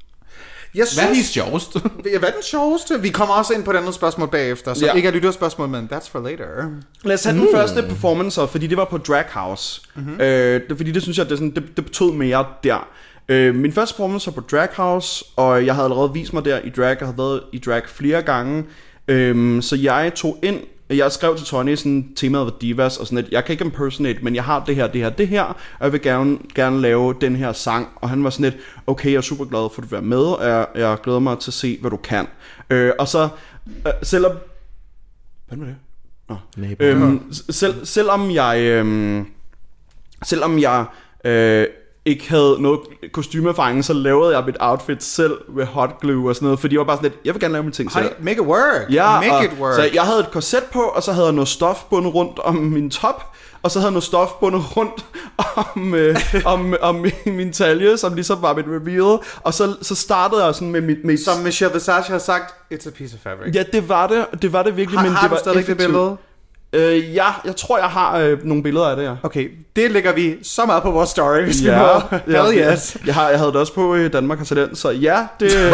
Speaker 1: Jeg
Speaker 2: Hvad er
Speaker 1: synes,
Speaker 2: det sjovest?
Speaker 1: Ja, hvad er den sjoveste? Vi kommer også ind på et andet spørgsmål bagefter, så
Speaker 3: Ja.
Speaker 1: ja. ikke er lytterspørgsmål, men that's for later.
Speaker 3: Lad os tage mm. den første performance, fordi det var på Drag House. Mm-hmm. Øh, det, fordi det synes jeg, det, sådan, det, det betød mere der. Øh, min første performance var på Drag House, og jeg havde allerede vist mig der i drag. Jeg havde været i drag flere gange. Øh, så jeg tog ind, jeg skrev til Tony, sådan, temaet var divas, og sådan et, jeg kan ikke impersonate, men jeg har det her, det her, det her, og jeg vil gerne, gerne lave den her sang. Og han var sådan lidt, okay, jeg er super glad for, at du vil være med, og jeg, jeg glæder mig til at se, hvad du kan. Øh, og så, øh, selvom... Hvad med det? Nå. Øhm, selv, selvom jeg øhm, selvom jeg øh, ikke havde noget kostymeerfaring, så lavede jeg mit outfit selv med hot glue og sådan noget, fordi jeg var bare sådan lidt, jeg vil gerne lave mine ting selv.
Speaker 1: Hey, make it work.
Speaker 3: Ja,
Speaker 1: make
Speaker 3: og,
Speaker 1: it work.
Speaker 3: så jeg havde et korset på, og så havde jeg noget stof bundet rundt om min top, og så havde jeg noget stof bundet rundt om, øh, om, om min, min talje, som ligesom var mit reveal, og så, så startede jeg sådan med mit... mit
Speaker 1: Som Michelle Visage har sagt, it's a piece of fabric.
Speaker 3: ja, det var det, det var det virkelig,
Speaker 1: Har,
Speaker 3: men
Speaker 1: har
Speaker 3: det
Speaker 1: du
Speaker 3: var
Speaker 1: stadig det
Speaker 3: effektivt.
Speaker 1: billede?
Speaker 3: Øh, ja, jeg tror, jeg har øh, nogle billeder af det, ja.
Speaker 1: Okay, det lægger vi så meget på vores story, hvis
Speaker 3: ja,
Speaker 1: vi må.
Speaker 3: Ja,
Speaker 1: Hell yes.
Speaker 3: Jeg, har, jeg havde det også på i Danmark har Talent, så ja, det... ja.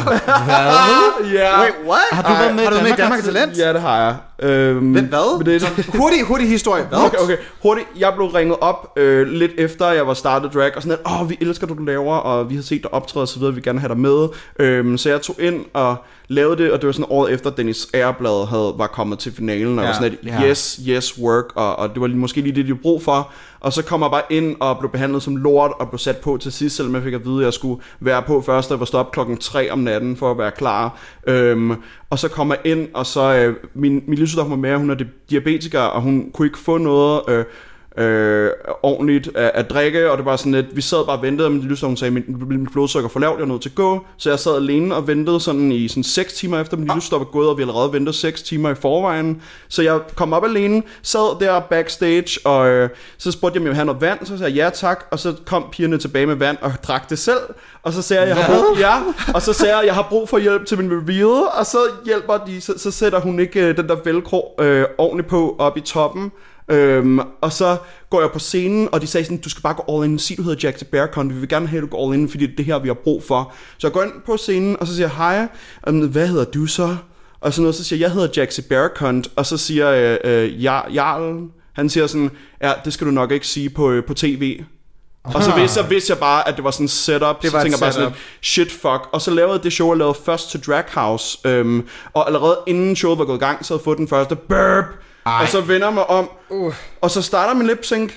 Speaker 1: Wait, what?
Speaker 2: Har du været med,
Speaker 1: har du med i
Speaker 2: Danmark
Speaker 1: Danmark har Talent?
Speaker 3: Ja, det har jeg. Øhm,
Speaker 1: Men hvad?
Speaker 3: Det,
Speaker 1: Så, hurtig, hurtig historie. Hvad?
Speaker 3: Okay, okay. Hurtigt. Jeg blev ringet op øh, lidt efter, jeg var startet drag, og sådan at, åh, vi elsker, du laver, og vi har set dig optræde og så videre, vi vil gerne have dig med. Øhm, så jeg tog ind og lavede det, og det var sådan året efter, Dennis Airblad havde, var kommet til finalen, og ja, var sådan et,
Speaker 2: ja.
Speaker 3: yes, yes, work, og, og det var måske lige det, de havde brug for. Og så kom jeg bare ind og blev behandlet som lort, og blev sat på til sidst, selvom jeg fik at vide, at jeg skulle være på først, og jeg var stået op klokken tre om natten for at være klar. Øhm, og så kom jeg ind, og så øh, min, min livsuddanner var med, hun er diabetiker, og hun kunne ikke få noget øh, øh, ordentligt at, at drikke, og det var sådan lidt, vi sad bare og ventede, men livsuddanner sagde, at mit, mit blodsukker for lavt, jeg var nødt til at gå, så jeg sad alene og ventede sådan i sådan seks timer efter min livsuddanner var gået, og vi allerede ventet seks timer i forvejen, så jeg kom op alene, sad der backstage, og øh, så spurgte jeg, om jeg ville have noget vand, så sagde jeg ja tak, og så kom pigerne tilbage med vand og drak det selv, og så sagde jeg, jeg har brug, ja, og så sagde jeg, jeg har brug for hjælp til min reveal, og så hjælper de, så, så sætter hun ikke øh, den der velcro øh, ordentligt på op i toppen. Øhm, og så går jeg på scenen, og de sagde sådan, du skal bare gå all in, sig du hedder Jack the Bearcon, vi vil gerne have, at du går all in, fordi det er det her, vi har brug for. Så jeg går ind på scenen, og så siger jeg, hej, um, hvad hedder du så? Og sådan noget, så siger jeg, jeg hedder Jack the Bearcon, og så siger øh, øh, Jarl, han siger sådan, ja, det skal du nok ikke sige på, øh, på tv. Og så vidste, jeg, vidste jeg bare, at det var sådan en setup.
Speaker 1: Det
Speaker 3: så
Speaker 1: var
Speaker 3: tænker jeg bare sådan, shit fuck. Og så lavede jeg det show, jeg lavede først til Drag House. Øhm, og allerede inden showet var gået i gang, så havde jeg fået den første burp. Ej. Og så vender jeg mig om. Uh. Og så starter min lip sync.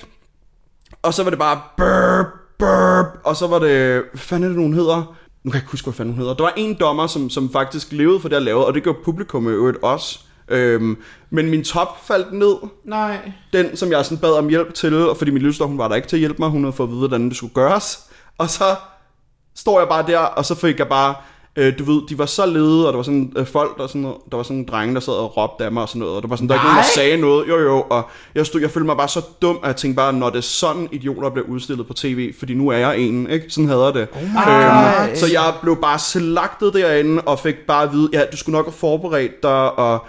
Speaker 3: Og så var det bare burp, burp. Og så var det, hvad fanden er det, nogen hedder? Nu kan jeg ikke huske, hvad fanden hun hedder. Der var en dommer, som, som faktisk levede for det, jeg lavede. Og det gjorde publikum i øvrigt også. Øhm, men min top faldt ned.
Speaker 2: Nej.
Speaker 3: Den, som jeg sådan bad om hjælp til, og fordi min livsdom, hun var der ikke til at hjælpe mig, hun havde fået at vide, hvordan det skulle gøres. Og så står jeg bare der, og så fik jeg bare, øh, du ved, de var så lede, og der var sådan øh, folk, der, sådan, der var sådan en drenge, der sad og råbte af mig og sådan noget, og der var sådan, der ikke nogen, der sagde noget, jo jo, og jeg, stod, jeg følte mig bare så dum, at jeg tænkte bare, når det er sådan idioter bliver udstillet på tv, fordi nu er jeg en, ikke? Sådan havde jeg det. Oh øhm, så jeg blev bare slagtet derinde, og fik bare at vide, ja, du skulle nok have forberedt dig, og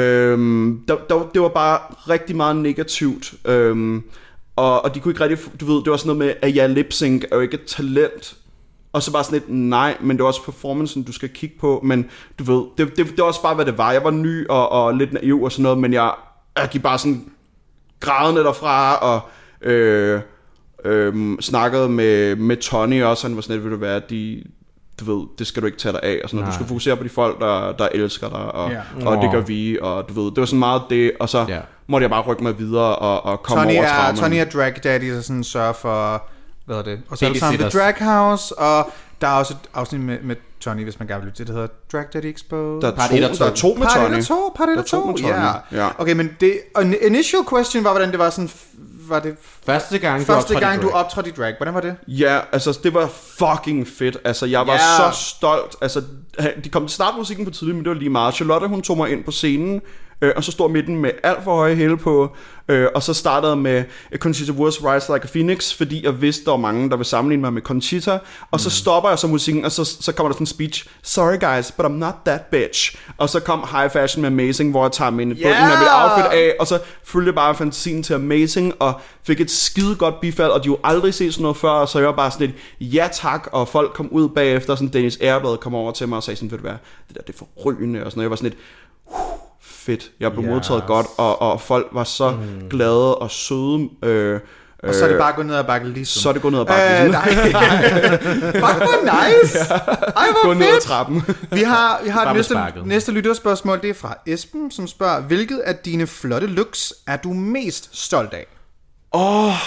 Speaker 3: Øhm, der, der, det var bare rigtig meget negativt, øhm, og, og de kunne ikke rigtig, du ved, det var sådan noget med, at ja, lip-sync er jo ikke et talent, og så bare sådan lidt, nej, men det var også performancen, du skal kigge på, men du ved, det, det, det var også bare, hvad det var. Jeg var ny og, og lidt naiv og sådan noget, men jeg, jeg gik bare sådan grædende derfra, og øh, øh, snakkede med, med Tony også, han var sådan lidt, vil du være, de... du ved, det skal du ikke tage dig af og sådan noget. Du skal fokusere på de folk, der, der elsker dig, og, yeah. og det gør vi, og du ved, det var sådan meget det, og så yeah. måtte jeg bare rykke mig videre og, og komme
Speaker 1: Tony
Speaker 3: over
Speaker 1: er,
Speaker 3: traumen.
Speaker 1: Tony er drag daddy, og sådan sørger for, hvad er det, og så er det sammen The Drag House, og der er også et afsnit med, med Tony, hvis man gerne vil lytte til, det hedder Drag Daddy Exposed.
Speaker 3: Der er to, der, der er to med Tony.
Speaker 1: Part et og to, part et og to, ja. ja. Okay, men det, initial question var, hvordan det var sådan, var det
Speaker 2: første gang,
Speaker 1: første
Speaker 2: du
Speaker 1: gang du optrådte i drag. Hvordan var det?
Speaker 3: Ja, altså det var fucking fedt. Altså jeg var yeah. så stolt. Altså de kom til startmusikken for tidligt, men det var lige meget. Charlotte, hun tog mig ind på scenen, øh, og så stod midten med alt for høje hæle på, øh, og så startede med Conchita Wurst Rise Like a Phoenix, fordi jeg vidste, der var mange, der vil sammenligne mig med Conchita, og mm. så stopper jeg så musikken, og så, så kommer der sådan en speech, sorry guys, but I'm not that bitch, og så kom High Fashion med Amazing, hvor jeg tager min, yeah. bunden af mit outfit af, og så følte bare fantasien til Amazing, og fik et skide godt bifald, og de jo aldrig set sådan noget før, så jeg var bare sådan lidt, ja tak, og folk kom ud bagefter, sådan Dennis Airblad kom over til mig og sagde sådan, ved du hvad, det der, det er forrygende, og sådan noget. Jeg var sådan lidt, uh, fedt, jeg blev yes. modtaget godt, og, og folk var så mm. glade og søde, øh,
Speaker 1: og så er det bare gået ned ad bakke ligesom.
Speaker 3: Så er det gået ned ad bakke ligesom.
Speaker 1: Øh, Fuck, hvor nice. Ej, hvor
Speaker 3: gå ned ad trappen.
Speaker 1: Vi har, vi har et næste, næste lytterspørgsmål. Det er fra Esben, som spørger, hvilket af dine flotte looks er du mest stolt af?
Speaker 3: Åh, oh,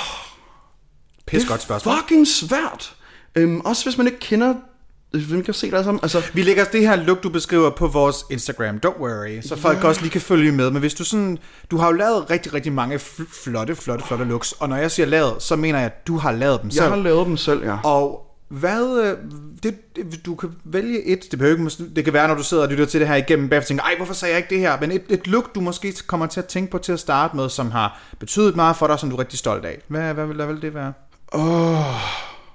Speaker 1: Pis godt spørgsmål.
Speaker 3: Det er fucking svært. Øhm, også hvis man ikke kender, hvis man kan se det sammen. Altså,
Speaker 1: vi lægger det her look, du beskriver på vores Instagram. Don't worry. Så folk yeah. også lige kan følge med. Men hvis du sådan, du har jo lavet rigtig, rigtig mange flotte, flotte, flotte looks. Og når jeg siger lavet, så mener jeg, at du har lavet dem selv.
Speaker 3: Jeg har lavet dem selv, ja.
Speaker 1: Og hvad, det, det, du kan vælge et, det behøver ikke, det kan være, når du sidder og lytter til det her igennem bagefter, og tænker, ej, hvorfor sagde jeg ikke det her? Men et, et look, du måske kommer til at tænke på til at starte med, som har betydet meget for dig, som du er rigtig stolt af. Hvad, hvad vil der vel det være?
Speaker 3: Åh, oh,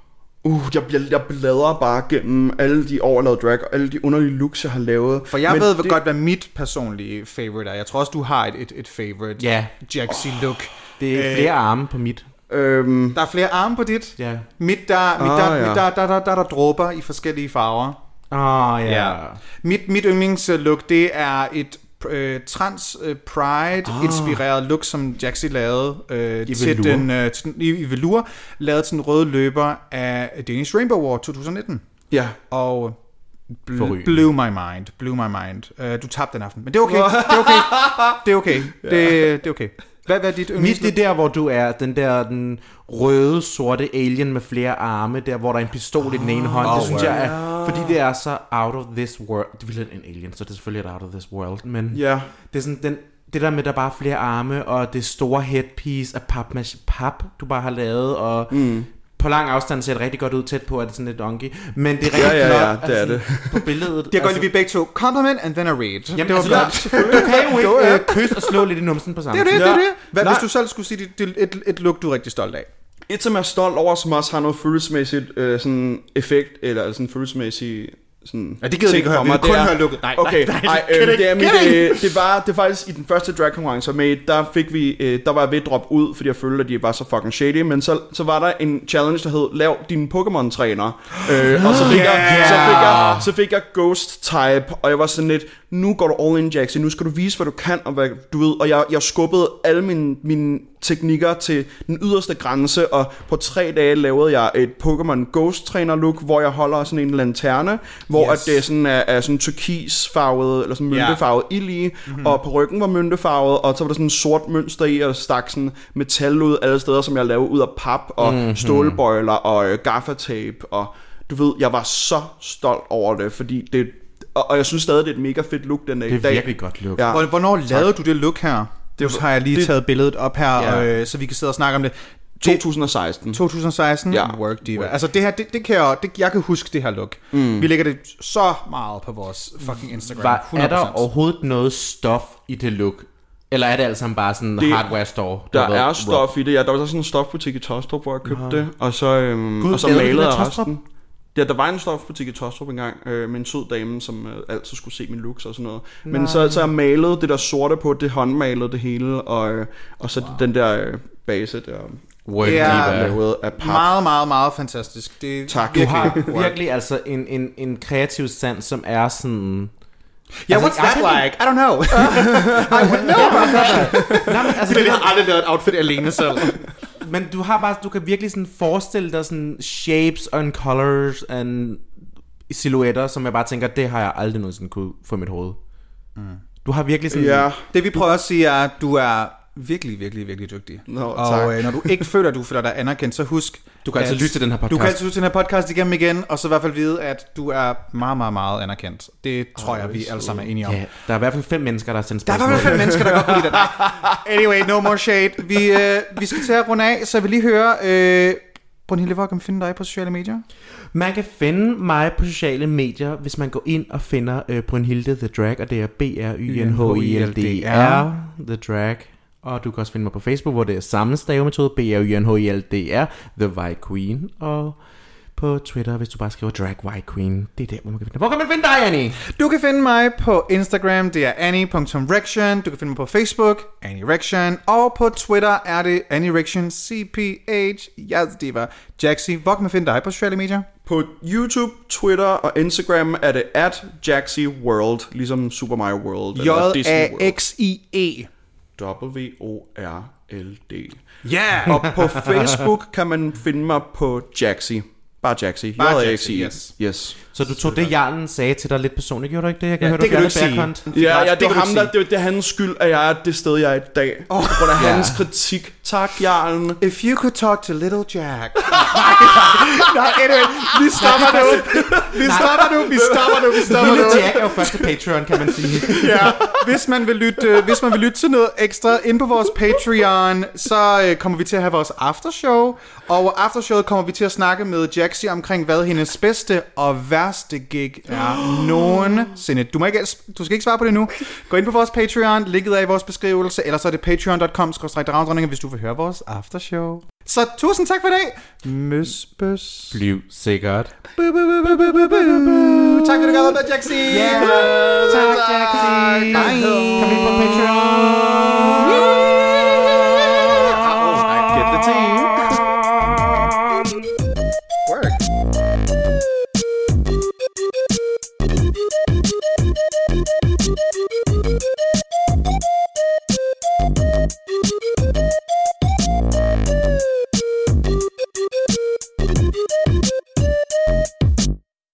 Speaker 3: Uh, jeg, jeg, jeg bladrer bare gennem alle de år, jeg lavede drag, og alle de underlige looks, jeg har lavet.
Speaker 1: For jeg
Speaker 3: Men
Speaker 1: ved
Speaker 3: det...
Speaker 1: godt, hvad mit personlige favorite er. Jeg tror også, du har et, et, et favorite
Speaker 2: Ja.
Speaker 1: Jaxi look.
Speaker 2: Det er flere arme på mit.
Speaker 3: Øhm,
Speaker 1: Der er flere arme på dit.
Speaker 2: Ja.
Speaker 1: Mit, der, mit,
Speaker 3: Ah,
Speaker 1: der,
Speaker 3: ja.
Speaker 1: mit der, der, der, der, der dråber i forskellige farver.
Speaker 2: Åh, oh, ja.
Speaker 1: Ja. Mit, mit yndlingslook, det er et øh, trans øh, pride inspireret look, som Jaxi lavede øh,
Speaker 2: I
Speaker 1: til
Speaker 2: velour.
Speaker 1: den, øh, til den, i, i velour, lavede til den røde løber af Danish Rainbow War to tusind nitten.
Speaker 3: ja.
Speaker 1: Og bl-
Speaker 2: Forrygende. blew
Speaker 1: blew my mind, blew my mind. Uh, du tabte den aften, men det er okay, det er okay, det er okay, det, det er okay. Hvad, hvad er dit
Speaker 2: Mit
Speaker 1: yndlingslook?
Speaker 2: det er der, hvor du er den der den røde, sorte alien med flere arme, der hvor der er en pistol i den ene hånd. Det synes jeg er, fordi det er så out of this world. Det vil en alien, så det er selvfølgelig et out of this world, men
Speaker 3: Ja.
Speaker 2: det er sådan den, det der med, der bare er flere arme, og det store headpiece af pap, pap du bare har lavet, og mm. på lang afstand ser det rigtig godt ud, tæt på, at det er sådan lidt donkey, men det er rigtig
Speaker 3: Ja, ja, ja,
Speaker 2: flot,
Speaker 3: det er
Speaker 2: altså, på billedet.
Speaker 1: Det er godt, at vi begge to compliment and then a read.
Speaker 2: Jamen,
Speaker 1: det var
Speaker 2: altså,
Speaker 1: blot.
Speaker 2: du kan jo ikke øh, kysse og slå lidt i numsen på samme
Speaker 1: Det er det,
Speaker 2: tid.
Speaker 1: det er det. Hvad,
Speaker 3: Nej.
Speaker 1: hvis du selv skulle sige dit, dit, et, et look, du er rigtig stolt af?
Speaker 3: Et, som jeg er stolt over, som også har noget følelsesmæssigt øh, sådan effekt, eller sådan følelsesmæssigt sådan
Speaker 1: Ja, det gider vi
Speaker 3: ting
Speaker 1: ikke høre.
Speaker 3: for
Speaker 1: Vi
Speaker 3: mig,
Speaker 1: vil kun
Speaker 3: det er-
Speaker 1: høre looket. Nej,
Speaker 3: Okay,
Speaker 1: nej, nej,
Speaker 3: nej,
Speaker 1: det kan
Speaker 3: øh,
Speaker 1: ikke,
Speaker 3: det, er mit,
Speaker 1: kan ikke.
Speaker 3: øh, det var det er faktisk i den første drag konkurrence med, der fik vi øh, der var jeg ved at droppe ud, fordi jeg følte at de var så fucking shady, men så så var der en challenge der hed lav din Pokémon træner. Øh, og så fik jeg så fik jeg så fik jeg ghost type, og jeg var sådan lidt, nu går du all in, Jaxi, nu skal du vise hvad du kan, og hvad du ved, og jeg jeg skubbede alle mine mine teknikker til den yderste grænse, og på tre dage lavede jeg et Pokémon Ghost Trainer look, hvor jeg holder sådan en lanterne, hvor
Speaker 1: Yes.
Speaker 3: at det sådan er, er sådan turkisfarvet, eller sådan myntefarvet yeah. ild i, mm-hmm. og på ryggen var myntefarvet, og så var der sådan en sort mønster i, og stak sådan metal ud alle steder, som jeg lavede ud af pap, og mm-hmm. stålbøjler, og øh, gaffatape, og du ved, jeg var så stolt over det, fordi det, og, og jeg synes stadig, det er et mega fedt look den dag.
Speaker 2: Det er virkelig godt look.
Speaker 3: Ja.
Speaker 1: Hvor- Hvornår lavede du det look her? Det har jeg lige
Speaker 3: det-
Speaker 1: taget billedet op her,
Speaker 3: Ja.
Speaker 1: og, øh, så vi kan sidde og snakke om det.
Speaker 3: to tusind og seksten.
Speaker 1: to tusind og seksten,
Speaker 3: Ja.
Speaker 1: Work Diva. Altså det her, det, det kan jeg, det, jeg kan huske det her look. Mm. Vi lægger det så meget på vores fucking Instagram.
Speaker 2: Var, er
Speaker 1: hundrede procent.
Speaker 2: der overhovedet noget stof i det look? Eller er det alt sammen bare sådan en
Speaker 3: Det-
Speaker 2: hardware store?
Speaker 3: Der
Speaker 2: du ved,
Speaker 3: er stof i det. Ja, der var sådan en stofbutik i Tostrup, hvor jeg købte det, og så, øhm,
Speaker 2: Gud,
Speaker 3: og så
Speaker 2: lavede du
Speaker 3: malede
Speaker 2: det i
Speaker 3: jeg
Speaker 2: Tostrup?
Speaker 3: resten. Ja, der var en stofbutik i Tostrup engang, øh, med en sød dame, som øh, altid skulle se min looks og sådan noget. Men så, så jeg malede det der sorte på, det håndmalede det hele, og, øh, og så wow. den der øh, base der
Speaker 2: Work
Speaker 1: Det er
Speaker 2: diva.
Speaker 3: lavet af pap.
Speaker 1: Meget, meget, meget fantastisk. Det er
Speaker 3: Tak.
Speaker 2: Du
Speaker 1: virkelig-
Speaker 2: har virkelig altså en, en, en kreativ sans, som er sådan...
Speaker 1: Yeah,
Speaker 2: Altså,
Speaker 1: what's that
Speaker 2: jeg kan-
Speaker 1: like? I don't know. I would know.
Speaker 2: Nej, men, altså,
Speaker 1: Fordi jeg har aldrig lavet et outfit alene selv.
Speaker 2: men du har bare, du kan virkelig sådan forestille dig sådan shapes and colors and silhuetter, som jeg bare tænker, det har jeg aldrig nogensinde kunne få i mit hoved. Mm. Du har virkelig sådan...
Speaker 3: Ja,
Speaker 1: Det vi prøver at sige er, at du er virkelig, virkelig, virkelig dygtig.
Speaker 3: Nå,
Speaker 1: og
Speaker 3: tak.
Speaker 1: øh, når du ikke føler, at du føler dig anerkendt, så husk...
Speaker 2: Du kan altid
Speaker 1: at-
Speaker 2: lytte til den her podcast.
Speaker 1: Du kan altid lytte til den her podcast igennem igen, og så i hvert fald vide, at du er meget, meget, meget anerkendt. Det tror jeg, vi alle sammen er enige om.
Speaker 2: Ja, der er i hvert fald fem mennesker, der har sendt
Speaker 1: Der er i
Speaker 2: spørgsmål.
Speaker 1: hvert fald fem mennesker, der godt kunne lide det. Nej. Anyway, no more shade. Vi, øh, vi skal til at runde af, så jeg vil lige høre... Øh, Brunhilde, hvor kan man finde dig på sociale medier?
Speaker 2: Man kan finde mig på sociale medier, hvis man går ind og finder øh, Brunhilde The Drag, og det er B R Y N H I L D R The Drag. Og du kan også finde mig på Facebook, hvor det er samme stavemetode, B R Y N H I L D R The White Queen. Og på Twitter, hvis du bare skriver Drag White Queen, det er der, hvor man kan finde dig. Hvor kan man finde dig, Annie?
Speaker 1: Du kan finde mig på Instagram, det er annie punktum rection. Du kan finde mig på Facebook, Annie Rection. Og på Twitter er det Annie Rection C P H. Yes, diva. Jaxi, hvor kan man finde dig på sociale medier?
Speaker 3: på YouTube, Twitter og Instagram er det at Jaxi World, ligesom Super Mario World. eller
Speaker 1: J
Speaker 3: Disney
Speaker 1: A
Speaker 3: World.
Speaker 1: X I E.
Speaker 3: W O R L D.
Speaker 1: Yeah!
Speaker 3: Og på Facebook kan man finde mig på Jaxi. Bare Jaxi.
Speaker 1: Bare
Speaker 3: J A X
Speaker 1: Jaxi,
Speaker 3: I.
Speaker 1: yes.
Speaker 3: Yes.
Speaker 2: Så du tog det, Jarlen sagde til dig lidt personligt, gjorde du ikke det? Jeg kan
Speaker 1: Ja,
Speaker 2: høre,
Speaker 1: det
Speaker 2: du
Speaker 1: kan du
Speaker 2: gerne
Speaker 1: ikke
Speaker 2: back
Speaker 1: sige.
Speaker 2: hunt.
Speaker 3: Ja, ja,
Speaker 1: det
Speaker 3: det,
Speaker 1: kan
Speaker 3: er
Speaker 1: du
Speaker 3: ham, der,
Speaker 1: sige.
Speaker 3: det, det er hans skyld, at jeg er det sted, jeg er i dag. Oh. På grund af
Speaker 1: Ja.
Speaker 3: hans kritik. Tak, Jarlen.
Speaker 1: If you could talk to little Jack. Nej, anyway, vi stopper nu. Vi stopper nu, vi stopper nu, vi stopper nu.
Speaker 2: Lille Jack er jo første Patreon, kan man sige.
Speaker 1: Ja, hvis man vil lytte, hvis man vil lytte til noget ekstra ind på vores Patreon, så øh, kommer vi til at have vores aftershow. Og aftershowet kommer vi til at snakke med Jaxi omkring, hvad hendes bedste og værste gig er nogensinde. Du, må ikke, du skal ikke svare på det nu. Gå ind på vores Patreon, linket er i vores beskrivelse, eller så er det patreon punktum com skråstreg dragdronninger, hvis du vil høre vores aftershow. Så tusind tak for i dag. Møs, bøs.
Speaker 2: Flyv sikkert.
Speaker 1: Bu, bu, bu, bu, bu, bu, bu. Tak for det godt, Jaxi.
Speaker 2: Ja, tak, Jaxi.
Speaker 1: Bye.
Speaker 2: Kom ind på Patreon.